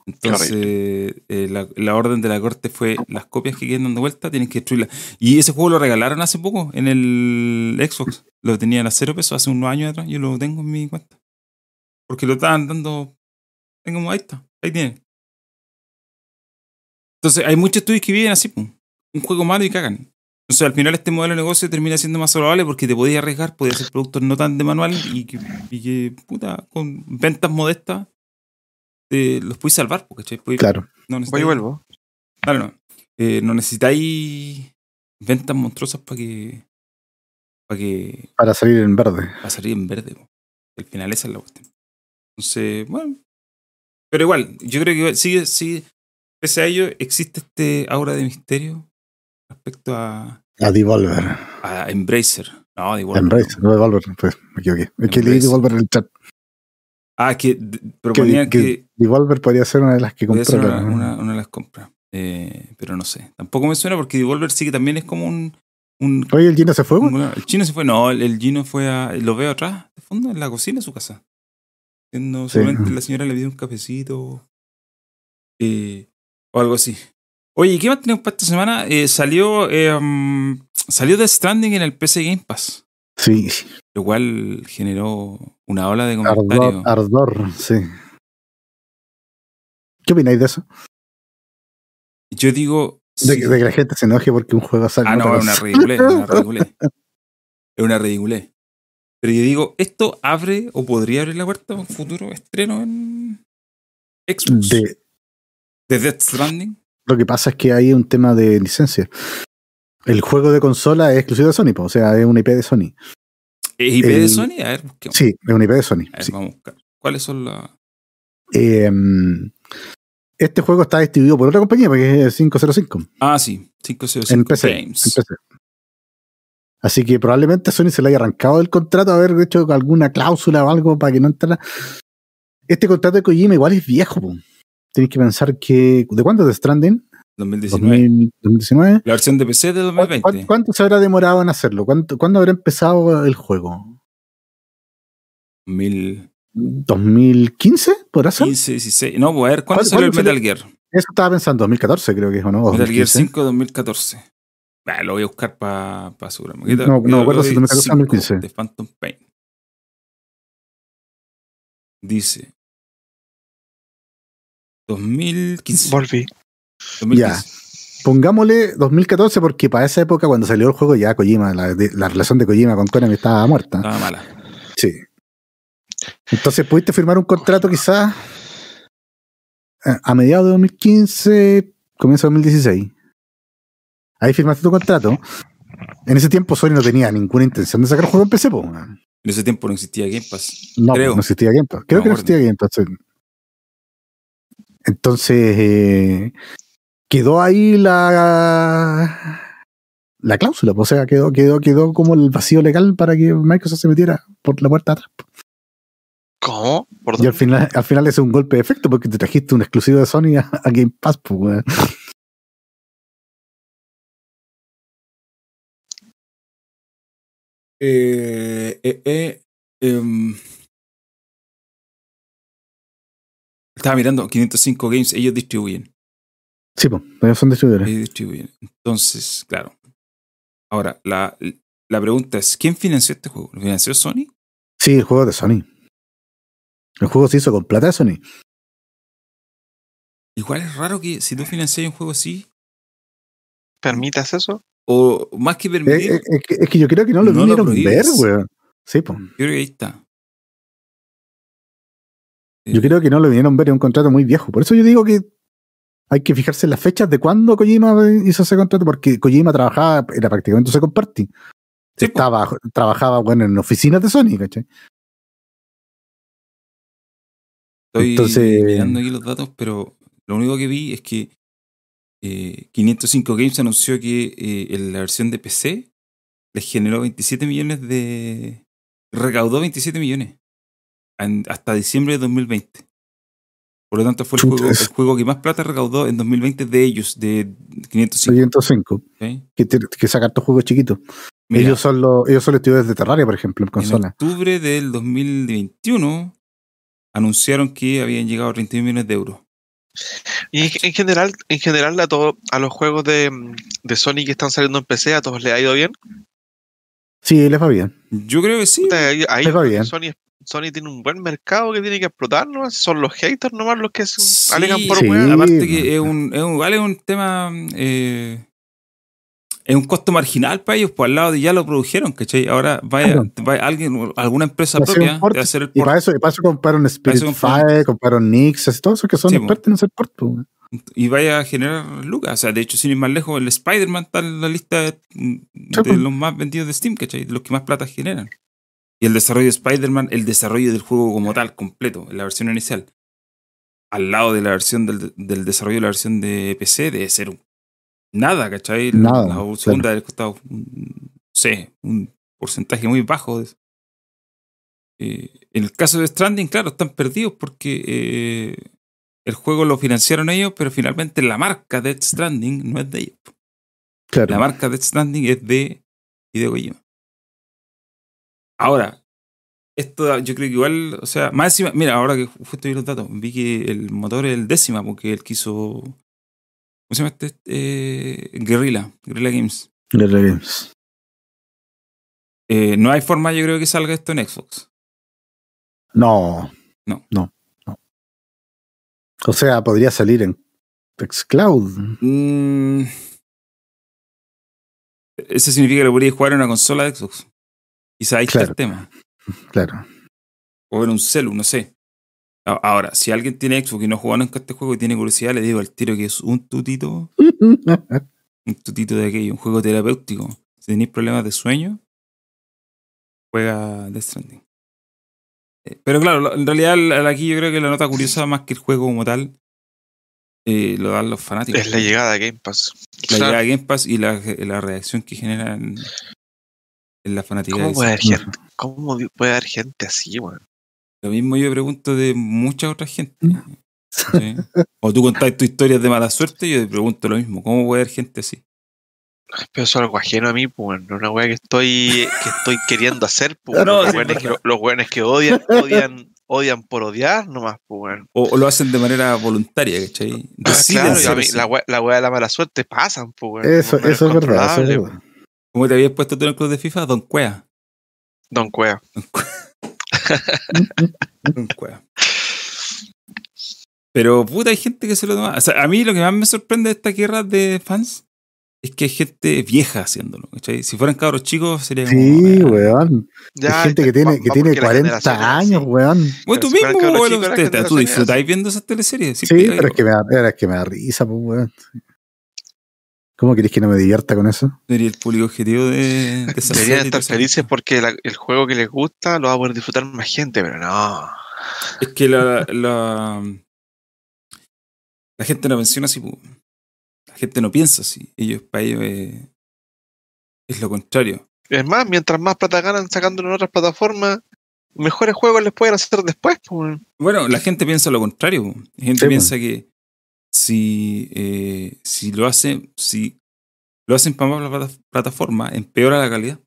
Entonces, eh, la, la orden de la corte fue las copias que queden dando vuelta tienen que destruirlas. Y ese juego lo regalaron hace poco en el Xbox. Lo tenían a cero pesos hace unos años atrás. Yo lo tengo en mi cuenta. Porque lo estaban dando. Tengo, ahí está. Ahí tienen. Entonces, hay muchos estudios que viven así, pum. Un juego malo y cagan. Entonces, al final este modelo de negocio termina siendo más saludable porque te podías arriesgar, podías hacer productos no tan de manual y que, y que puta, con ventas modestas eh, los podéis salvar, ¿cachai? Podéis, Claro. Voy no y necesitáis, vuelvo. claro, no. Eh, no necesitáis ventas monstruosas para que para que Para salir en verde. para salir en verde. Po. Al final esa es la cuestión. Entonces, bueno. Pero igual, yo creo que sigue, sigue, pese a ello, existe este aura de misterio respecto a, A Devolver. a Embracer. No, Devolver. Embracer, no Devolver, pues me equivoqué. Es que leí Embracer. Devolver en el chat. Ah, que d- proponían Que, que, que Devolver podría ser una de las que podía compró. ser una, pero- una, una de las compras. Eh, pero no sé. Tampoco me suena porque Devolver sí que también es como un. un, Oye, ¿el Gino se fue? un- güey? el chino se fue. No, el, el Gino fue a. Lo veo atrás, de fondo, en la cocina de su casa. Siendo, Sí. seguramente la señora le pidió un cafecito. eh, o algo así. Oye, ¿y qué más tenemos para esta semana? Eh, salió. eh, um, salió Death Stranding en el P C Game Pass. Sí. Lo cual generó una ola de Ardor, comentarios. ardor, sí. ¿Qué opináis de eso? Yo digo. De, sí. de que la gente se enoje porque un juego sale. Ah, en no, otra es una cosa. ridiculez, es una ridiculez. Es una ridiculez. Pero yo digo, ¿esto abre o podría abrir la puerta a un futuro estreno en Xbox? De, ¿De Death Stranding? lo que pasa es que hay un tema de licencia. El juego de consola es exclusivo de Sony, po, o sea, es una I P de Sony. ¿Es I P El- de Sony? A ver, busquemos. Sí, es una I P de Sony. A ver, sí. vamos a buscar. ¿Cuáles son las...? Eh, este juego está distribuido por otra compañía, porque es quinientos cinco. Ah, sí. quinientos En cinco P C, Games. en P C. Así que probablemente Sony se le haya arrancado del contrato, haber hecho alguna cláusula o algo para que no entrara. Este contrato de Kojima igual es viejo, po. Tienes que pensar que. ¿De cuándo es The Stranding? dos mil diecinueve. dos mil diecinueve. La versión de P C de dos mil ¿Cuánto, veinte. cuánto- cuánto se habrá demorado en hacerlo? ¿Cuánto, ¿Cuándo habrá empezado el juego? dos mil ¿dos mil quince? ¿Podrá ser? quince, dieciséis. No, pues a ver, ¿cuándo ¿Cuándo- salió el cuándo Metal Gear? Eso estaba pensando, dos mil catorce creo que es, ¿o no? Metal Gear dos mil quince. cinco, dos mil catorce. Ah, lo voy a buscar para pa asegurarme. Aquí está, No, no me Metal acuerdo si Gear dos mil catorce o dos mil quince. cinco de Phantom Pain. Dice dos mil quince. Volví. dos mil quince. Ya. Pongámosle dos mil catorce porque para esa época cuando salió el juego ya Kojima, la, de- la relación de Kojima con Konami estaba muerta. Estaba mala. Sí. Entonces pudiste firmar un contrato quizás a, a mediados de dos mil quince, comienzo de dos mil dieciséis. Ahí firmaste tu contrato. En ese tiempo Sony no tenía ninguna intención de sacar el juego en P C, po. En ese tiempo no existía Game Pass. No, Creo. no existía Game Pass. Creo No que no me existía Game Pass. sí. Entonces, eh, quedó ahí la la cláusula, pues, o sea, quedó, quedó, quedó como el vacío legal para que Microsoft se metiera por la puerta de atrás. ¿Cómo? ¿Por Y al dónde? final, al final es un golpe de efecto porque te trajiste un exclusivo de Sony a, a Game Pass, pues, weón. Eh, eh, eh, em, estaba mirando quinientos cinco Games, ellos distribuyen. Sí, pues, ellos son distribuidores. Ellos distribuyen. Entonces, claro. Ahora, la, la pregunta es: ¿quién financió este juego? ¿Lo financió Sony? Sí, el juego de Sony. El juego se hizo con plata de Sony. Igual es raro que si tú financias un juego así, ¿Permitas eso? o más que Es, permitir, es- es que, es que yo creo que no lo No lo vinieron a ver, prohíbes. weón. Sí, pues. yo creo que ahí está. Yo Eh, creo que no lo vinieron a ver, es un contrato muy viejo. Por eso yo digo que hay que fijarse en las fechas de cuándo Kojima hizo ese contrato, porque Kojima trabajaba, era prácticamente un second party. Sí, po. Estaba, trabajaba, bueno, en oficinas de Sony, ¿cachai? Estoy Entonces- mirando aquí los datos, pero lo único que vi es que eh, quinientos cinco Games anunció que eh, en la versión de P C les generó veintisiete millones de... recaudó veintisiete millones en- hasta diciembre de dos mil veinte. Por lo tanto, fue el Chuta, juego, es- el juego que más plata recaudó en dos mil veinte de ellos, de quinientos cinco. quinientos cinco, ¿ok? que, te- que sacar estos juegos chiquitos. Mira, ellos son los, ellos son los estudios de Terraria, por ejemplo, en en consola. octubre del dos mil veintiuno anunciaron que habían llegado a treinta y un millones de euros. Y en, en general, en general a todo, a los juegos de, de Sony que están saliendo en P C, ¿a todos les ha ido bien? Sí, les va bien. Yo creo que sí. Puta, ahí ahí Les va creo que bien. Sony, Sony tiene un buen mercado que tiene que explotar, ¿no? Son los haters nomás los que se Sí, alegan por sí. weá. aparte man. que es un, es un, igual es un tema, eh, es un costo marginal para ellos, pues al lado de ya lo produjeron, ¿cachai? Ahora vaya, Claro. vaya alguien, alguna empresa Va a ser propia un port, de hacer el Y port. para eso, y para eso compraron Spirit eso compraron- Fire, compraron Nixes, todos esos que son Sí, po. expertos en hacer port. po. Y vaya a generar lucas. O sea, de hecho, sin ir más lejos, el Spider-Man está en la lista de, de pues. los más vendidos de Steam, ¿cachai? De los que más plata generan. Y el desarrollo de Spider-Man, el desarrollo del juego como tal, completo, en la versión inicial, al lado de la versión del, del desarrollo de la versión de P C, debe ser un- nada, ¿cachai? Nada, La claro. segunda debe costado, no sé, un porcentaje muy bajo de eso. Eh, en el caso de Stranding, claro, están perdidos porque eh, el juego lo financiaron ellos, pero finalmente la marca Death Stranding no es de ellos. Claro. La marca Death Stranding es de Hideo Kojima. Ahora, esto yo creo que igual, o sea, más encima, mira, ahora que justo vi los datos, vi que el motor es el décima, porque él quiso. ¿Cómo se llama este? Eh, Guerrilla, Guerrilla Games. Guerrilla Games. Eh, no hay forma, yo creo, que salga esto en Xbox. No. No. No. No. O sea, podría salir en xCloud. Mm, eso significa que lo podrías jugar en una consola de Xbox. Quizá ahí está Claro. el tema. Claro. O en un celu, no sé. A- Ahora, si alguien tiene Xbox y no ha jugado nunca este juego y tiene curiosidad, le digo al tiro que es un tutito, un tutito de aquello, un juego terapéutico. Si tenéis problemas de sueño, juega Death Stranding. Eh, Pero claro, lo- en realidad la- la- aquí yo creo que la nota curiosa más que el juego como tal eh, lo dan los fanáticos. Es la llegada de Game Pass. La O sea, llegada de Game Pass y la, la reacción que genera en, en la fanática. ¿cómo de puede haber eso. gente? ¿Cómo di- puede haber gente así, weón? Lo mismo yo pregunto de mucha otra gente. ¿Sí? O tú contás tus historias de mala suerte y yo te pregunto lo mismo. ¿Cómo puede haber gente así? Pero eso es algo ajeno a mí, pues, no es una weá que estoy, que estoy queriendo hacer, pues. No, los sí, weones es que, verdad. los weones que odian, odian, odian por odiar nomás, pues, weón. O, o lo hacen de manera voluntaria, ¿cachai? Ah, Deciden claro, y ser a mí, así. la weá la weá de la mala suerte pasan, pues, weón. Eso, no- no eso es verdad. Eso es controlable, verdad. ¿Cómo te habías puesto tú en el club de FIFA? Don Cuea. Don Cuea. Don Cuea. Pero puta, hay gente que se lo toma. O sea, a mí lo que más me sorprende de esta guerra de fans es que hay gente vieja haciéndolo, ¿cachai? Si fueran cabros chicos sería como. Sí, ah, weón. Ya, Hay gente está- que tiene, va- que va tiene porque la generación cuarenta es años, así. weón. Bueno, Pero tú si fueran mismo, cabros bueno, chicos, la usted- tú generación es disfrutáis viendo esas teleseries. Sí, Siempre pero es que me da, pero es que me da risa, pues, weón. ¿Cómo querés que no me divierta con eso? sería el público objetivo de, de esa Deberían serie. estar de esa felices película. porque la- el juego que les gusta lo va a poder disfrutar más gente, pero no. Es que la, la, la gente no menciona así, pu. La gente no piensa así. Ellos, para ellos es, es lo contrario. Es más, mientras más plata ganan sacándolo en otras plataformas, mejores juegos les pueden hacer después, pues. Bueno, la gente piensa lo contrario. pu. La gente Sí, piensa que si, eh, si lo hacen, si lo hacen para más plata- plataforma, empeora la calidad.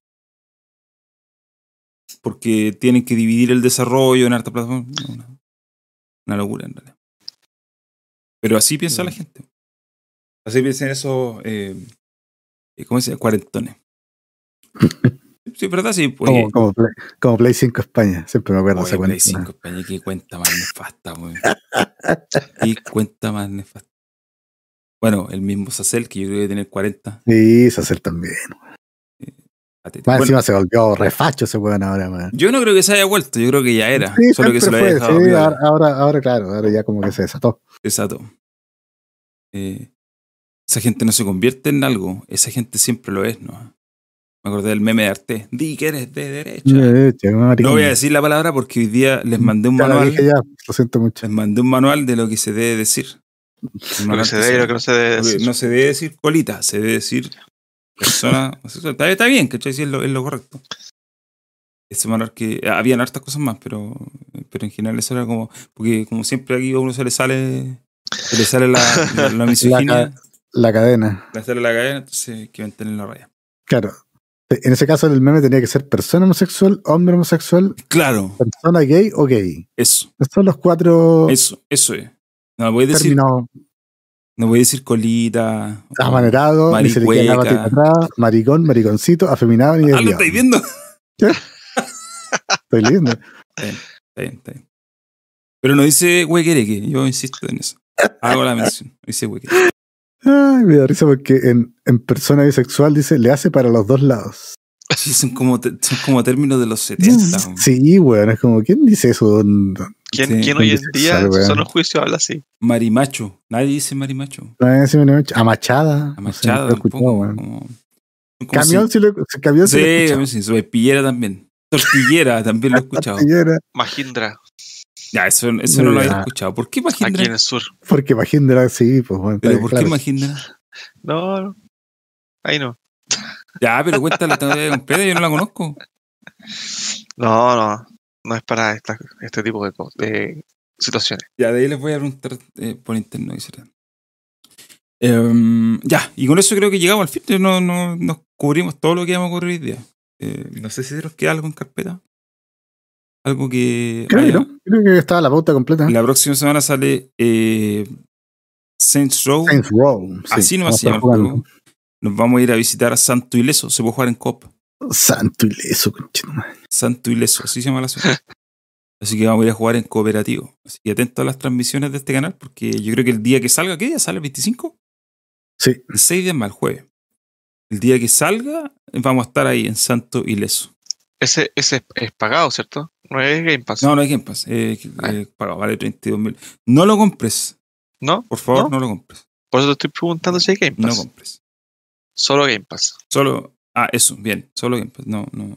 Porque tienen que dividir el desarrollo en harta plataforma. No, Una, una locura, en realidad. Pero así piensa la gente. Así piensan esos, eh, ¿cómo se llama? Cuarentones. Sí, es verdad, sí. Pues, Como, como, Play, como Play cinco España. Siempre me acuerdo de esa Oye, Play cuenta. cinco España, qué cuenta más nefasta, weón. Qué cuenta más nefasta. Bueno, el mismo Sacel, que yo creo que debe tener cuarenta. Sí, Sacer también. Patete. Más Bueno, encima se volvió refacho ese weón ahora, weón. yo no creo que se haya vuelto, yo creo que ya era. Sí, solo que se lo siempre había fue, dejado sí, piola. ahora, ahora, ahora, claro, ahora ya como que se desató. Exacto. Eh, esa gente no se convierte en algo, esa gente siempre lo es, ¿no? Me acordé del meme de Arte. Di que eres de derecha. Eh, che, maricón. No voy a decir la palabra porque hoy día les mandé un Ya la manual. dije ya, lo siento mucho. Les mandé un manual de lo que se debe decir. El Lo manual que se que debe y lo que no se debe Porque decir. no se debe decir colita, se debe decir persona. está, está bien, ¿cachai? Sí, es lo, es lo correcto. Ese manual que. Habían hartas cosas más, pero, pero en general eso era como. Porque como siempre aquí a uno se le sale. Se le sale la, la, la misoginia, La, la cadena. le sale la cadena, entonces hay que mantener la raya. Claro. En ese caso el meme tenía que ser persona homosexual, hombre homosexual, Claro, persona gay o gay. eso, Esos son los cuatro. eso, eso es. No voy a decir, Terminó no voy a decir colita. o amanerado, ni se le queda la maricueca. patita atrás, maricón, mariconcito, afeminado ni Ah, ¿lo desviado. estáis viendo? Estoy lindo. Está bien, está bien, está bien. Pero no dice huequereque, yo insisto en eso. Hago la mención, no dice huequereque. Ay, me da risa porque en, en persona bisexual dice, le hace para los dos lados. Sí, son como, te- son como términos de los setenta. weón. Sí, weón, es como, ¿quién dice eso? ¿Quién, Sí, quién hoy en bisexual, día, weón. son los juicios, habla así? Marimacho, nadie dice marimacho. A Machada. A Machada no sé, no lo he escuchado, tampoco. weón. Como, como Camión, si- sí, lo, camión sí, Sí, lo he camión escuchado. sí, sopaipillera también. Tortillera también lo he escuchado. Tortillera, Mahindra, Ya, eso, eso no lo había Ya. escuchado. ¿Por qué aquí en Mahindra? el sur. porque Mahindra sí, pues bueno. ¿Pero está- por claro. qué Mahindra? No, no, ahí no. Ya, pero cuéntala todavía completa, yo no la conozco. No, no, no es para esta- este tipo de, cosas, de situaciones. Ya, de ahí les voy a preguntar eh, por internet. ¿Qué será? Em, ya, y con eso creo que llegamos al fin. No, no, nos cubrimos todo lo que íbamos a cubrir hoy día. Eh, no sé si se nos queda algo en carpeta. Algo que. Creo que haya- no, creo que estaba la pauta completa. La próxima semana sale eh, Saints Row. Saints Row. sí, Así nomás vamos se a llama el estar jugando. juego. Nos vamos a ir a visitar a Santo Ileso. Se puede jugar en coop. Santo ileso, conchetumare. Santo Ileso, así se llama la ciudad. Así que vamos a ir a jugar en cooperativo. Así que atento a las transmisiones de este canal, porque yo creo que el día que salga, ¿qué día sale? ¿El veinticinco? Sí, En seis días más, el jueves. El día que salga, vamos a estar ahí en Santo Ileso. Ese, ese es, es pagado, ¿cierto? No es Game Pass. No, no hay Game Pass. Eh, eh, pagado, vale treinta y dos mil. No lo compres. ¿No? Por favor, ¿No? no, lo compres. Por eso te estoy preguntando si hay Game No Pass. compres. Solo Game Pass. Solo. Ah, eso, bien. Solo Game Pass. No, no.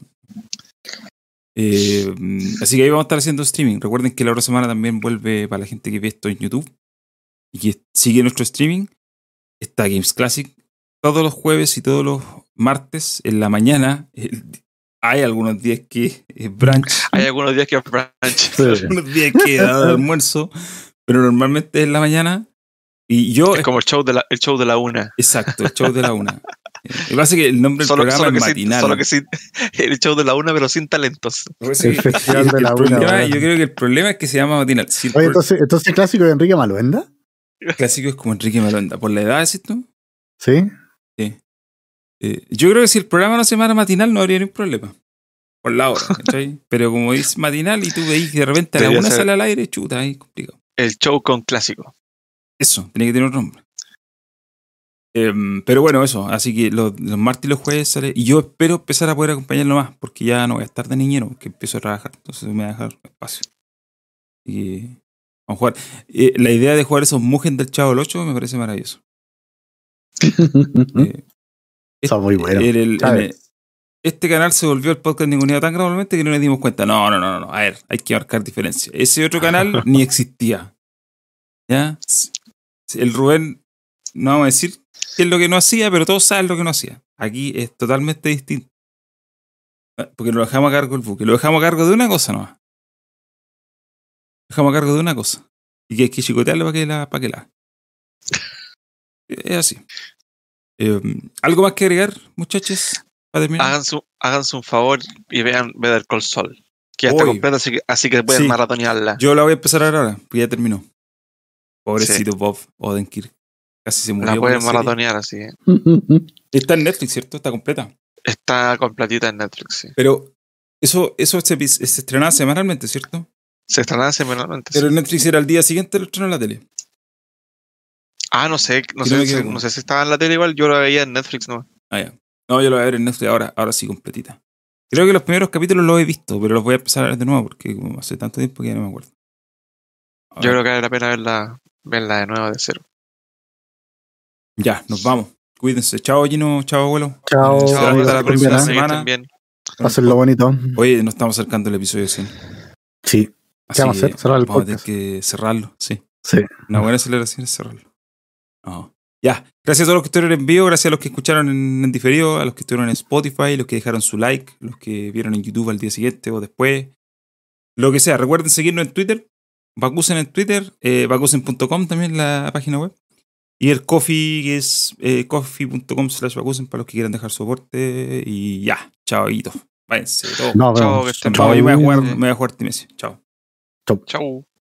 Eh, así que ahí vamos a estar haciendo streaming. Recuerden que la otra semana también vuelve para la gente que ve esto en YouTube y que sigue nuestro streaming. Está Games Classic todos los jueves y todos los martes en la mañana. El- hay algunos días que es brunch, Hay algunos días que es brunch. sí. algunos días que es hora de almuerzo, pero normalmente es en la mañana. Y yo, Es como el show de la, el show de la una. exacto, el show de la una. Eh, Lo que pasa es que el nombre del Solo, programa solo, que es sin, matinal. solo que sin el show de la una, pero sin talentos. Lo que pasa es El que festival de el la una, problema- weón. yo creo que el problema es que se llama matinal. Si el Oye, pro- entonces, entonces clásico de Enrique Maluenda. clásico es como Enrique Malonda. ¿Por la edad, decís tú? Sí. Sí. Eh, yo creo que si el programa no se llama matinal no habría ningún problema. Por la hora, ¿cachai? Pero como es matinal y tú veis que de repente a la Debería una ser- sale al aire, chuta, ahí es complicado. El show con clásico. Eso, tiene que tener un nombre. Em, pero bueno, eso. Así que los, los martes y los jueves sale. Y yo espero empezar a poder acompañarlo más, porque ya no voy a estar de niñero, que empiezo a trabajar. Entonces me va a dejar espacio. Y vamos a jugar. Eh, la idea de jugar esos Mugen del Chavo del ocho me parece maravilloso. Eh, Son muy buenos. el- el- ¿sabes? el- este canal se volvió el podcast ninguneado tan gradualmente que no nos dimos cuenta. No, no, no, no. A ver, hay que marcar diferencia. Ese otro canal ni existía. ¿Ya? El Rubén, no vamos a decir qué es lo que no hacía, pero todos saben lo que no hacía. Aquí es totalmente distinto. Porque lo dejamos a cargo el buque. Lo dejamos a cargo de una cosa nomás. Lo dejamos a cargo de una cosa. Y que hay que chicotearlo para que la, para que la. Es así. Eh, ¿Algo más que agregar, muchachos? Para terminar. Háganse, háganse un favor y vean Better Call Saul. Que ya está Uy. completa, así que, así que pueden Sí. maratonearla. Yo la voy a empezar a ver ahora, pues ya terminó. Pobrecito Bob Odenkirk. Casi se murió. La por pueden serie. maratonear así. Está en Netflix, ¿cierto? Está completa. Está completita en Netflix, sí. Pero eso, eso se, se estrenaba semanalmente, ¿cierto? Se estrenaba semanalmente. Pero sí. en Netflix era el día siguiente lo estrenó en la tele. Ah, no sé, no Si sé, no me si- equivoco. no sé si estaba en la tele igual, yo la veía en Netflix, ¿no? Ah, ya. No, yo lo voy a ver en Netflix ahora, ahora sí, completita. Creo que los primeros capítulos los he visto, pero los voy a empezar a ver de nuevo porque como hace tanto tiempo que ya no me acuerdo. A Yo ver. creo que vale la pena verla, verla de nuevo de cero. Ya, nos vamos. Cuídense. Chao, Gino. Chao, abuelo. Chao. Se Chao, hasta hasta la que próxima estén semana. semana. Bien. Pásenlo bonito. Oye, nos estamos acercando al episodio cien. Sí. Así vamos a hacer? que Cerrar el vamos a tener podcast. que cerrarlo, sí. Sí. Una buena aceleración es cerrarlo. No. Ya, gracias a todos los que estuvieron en vivo, gracias a los que escucharon en, en diferido, a los que estuvieron en Spotify, los que dejaron su like, los que vieron en YouTube al día siguiente o después. Lo que sea, recuerden seguirnos en Twitter, Bakusen en Twitter, eh, bakusen punto com también la página web. Y el Coffee, que es eh, coffee punto com slash bakusen para los que quieran dejar soporte. Y ya, chao, váyanse. Todos. Nos Chao, vemos. que estén Chao, yo me voy a jugar, bien. me voy a jugar Timesio. Chao. Chau.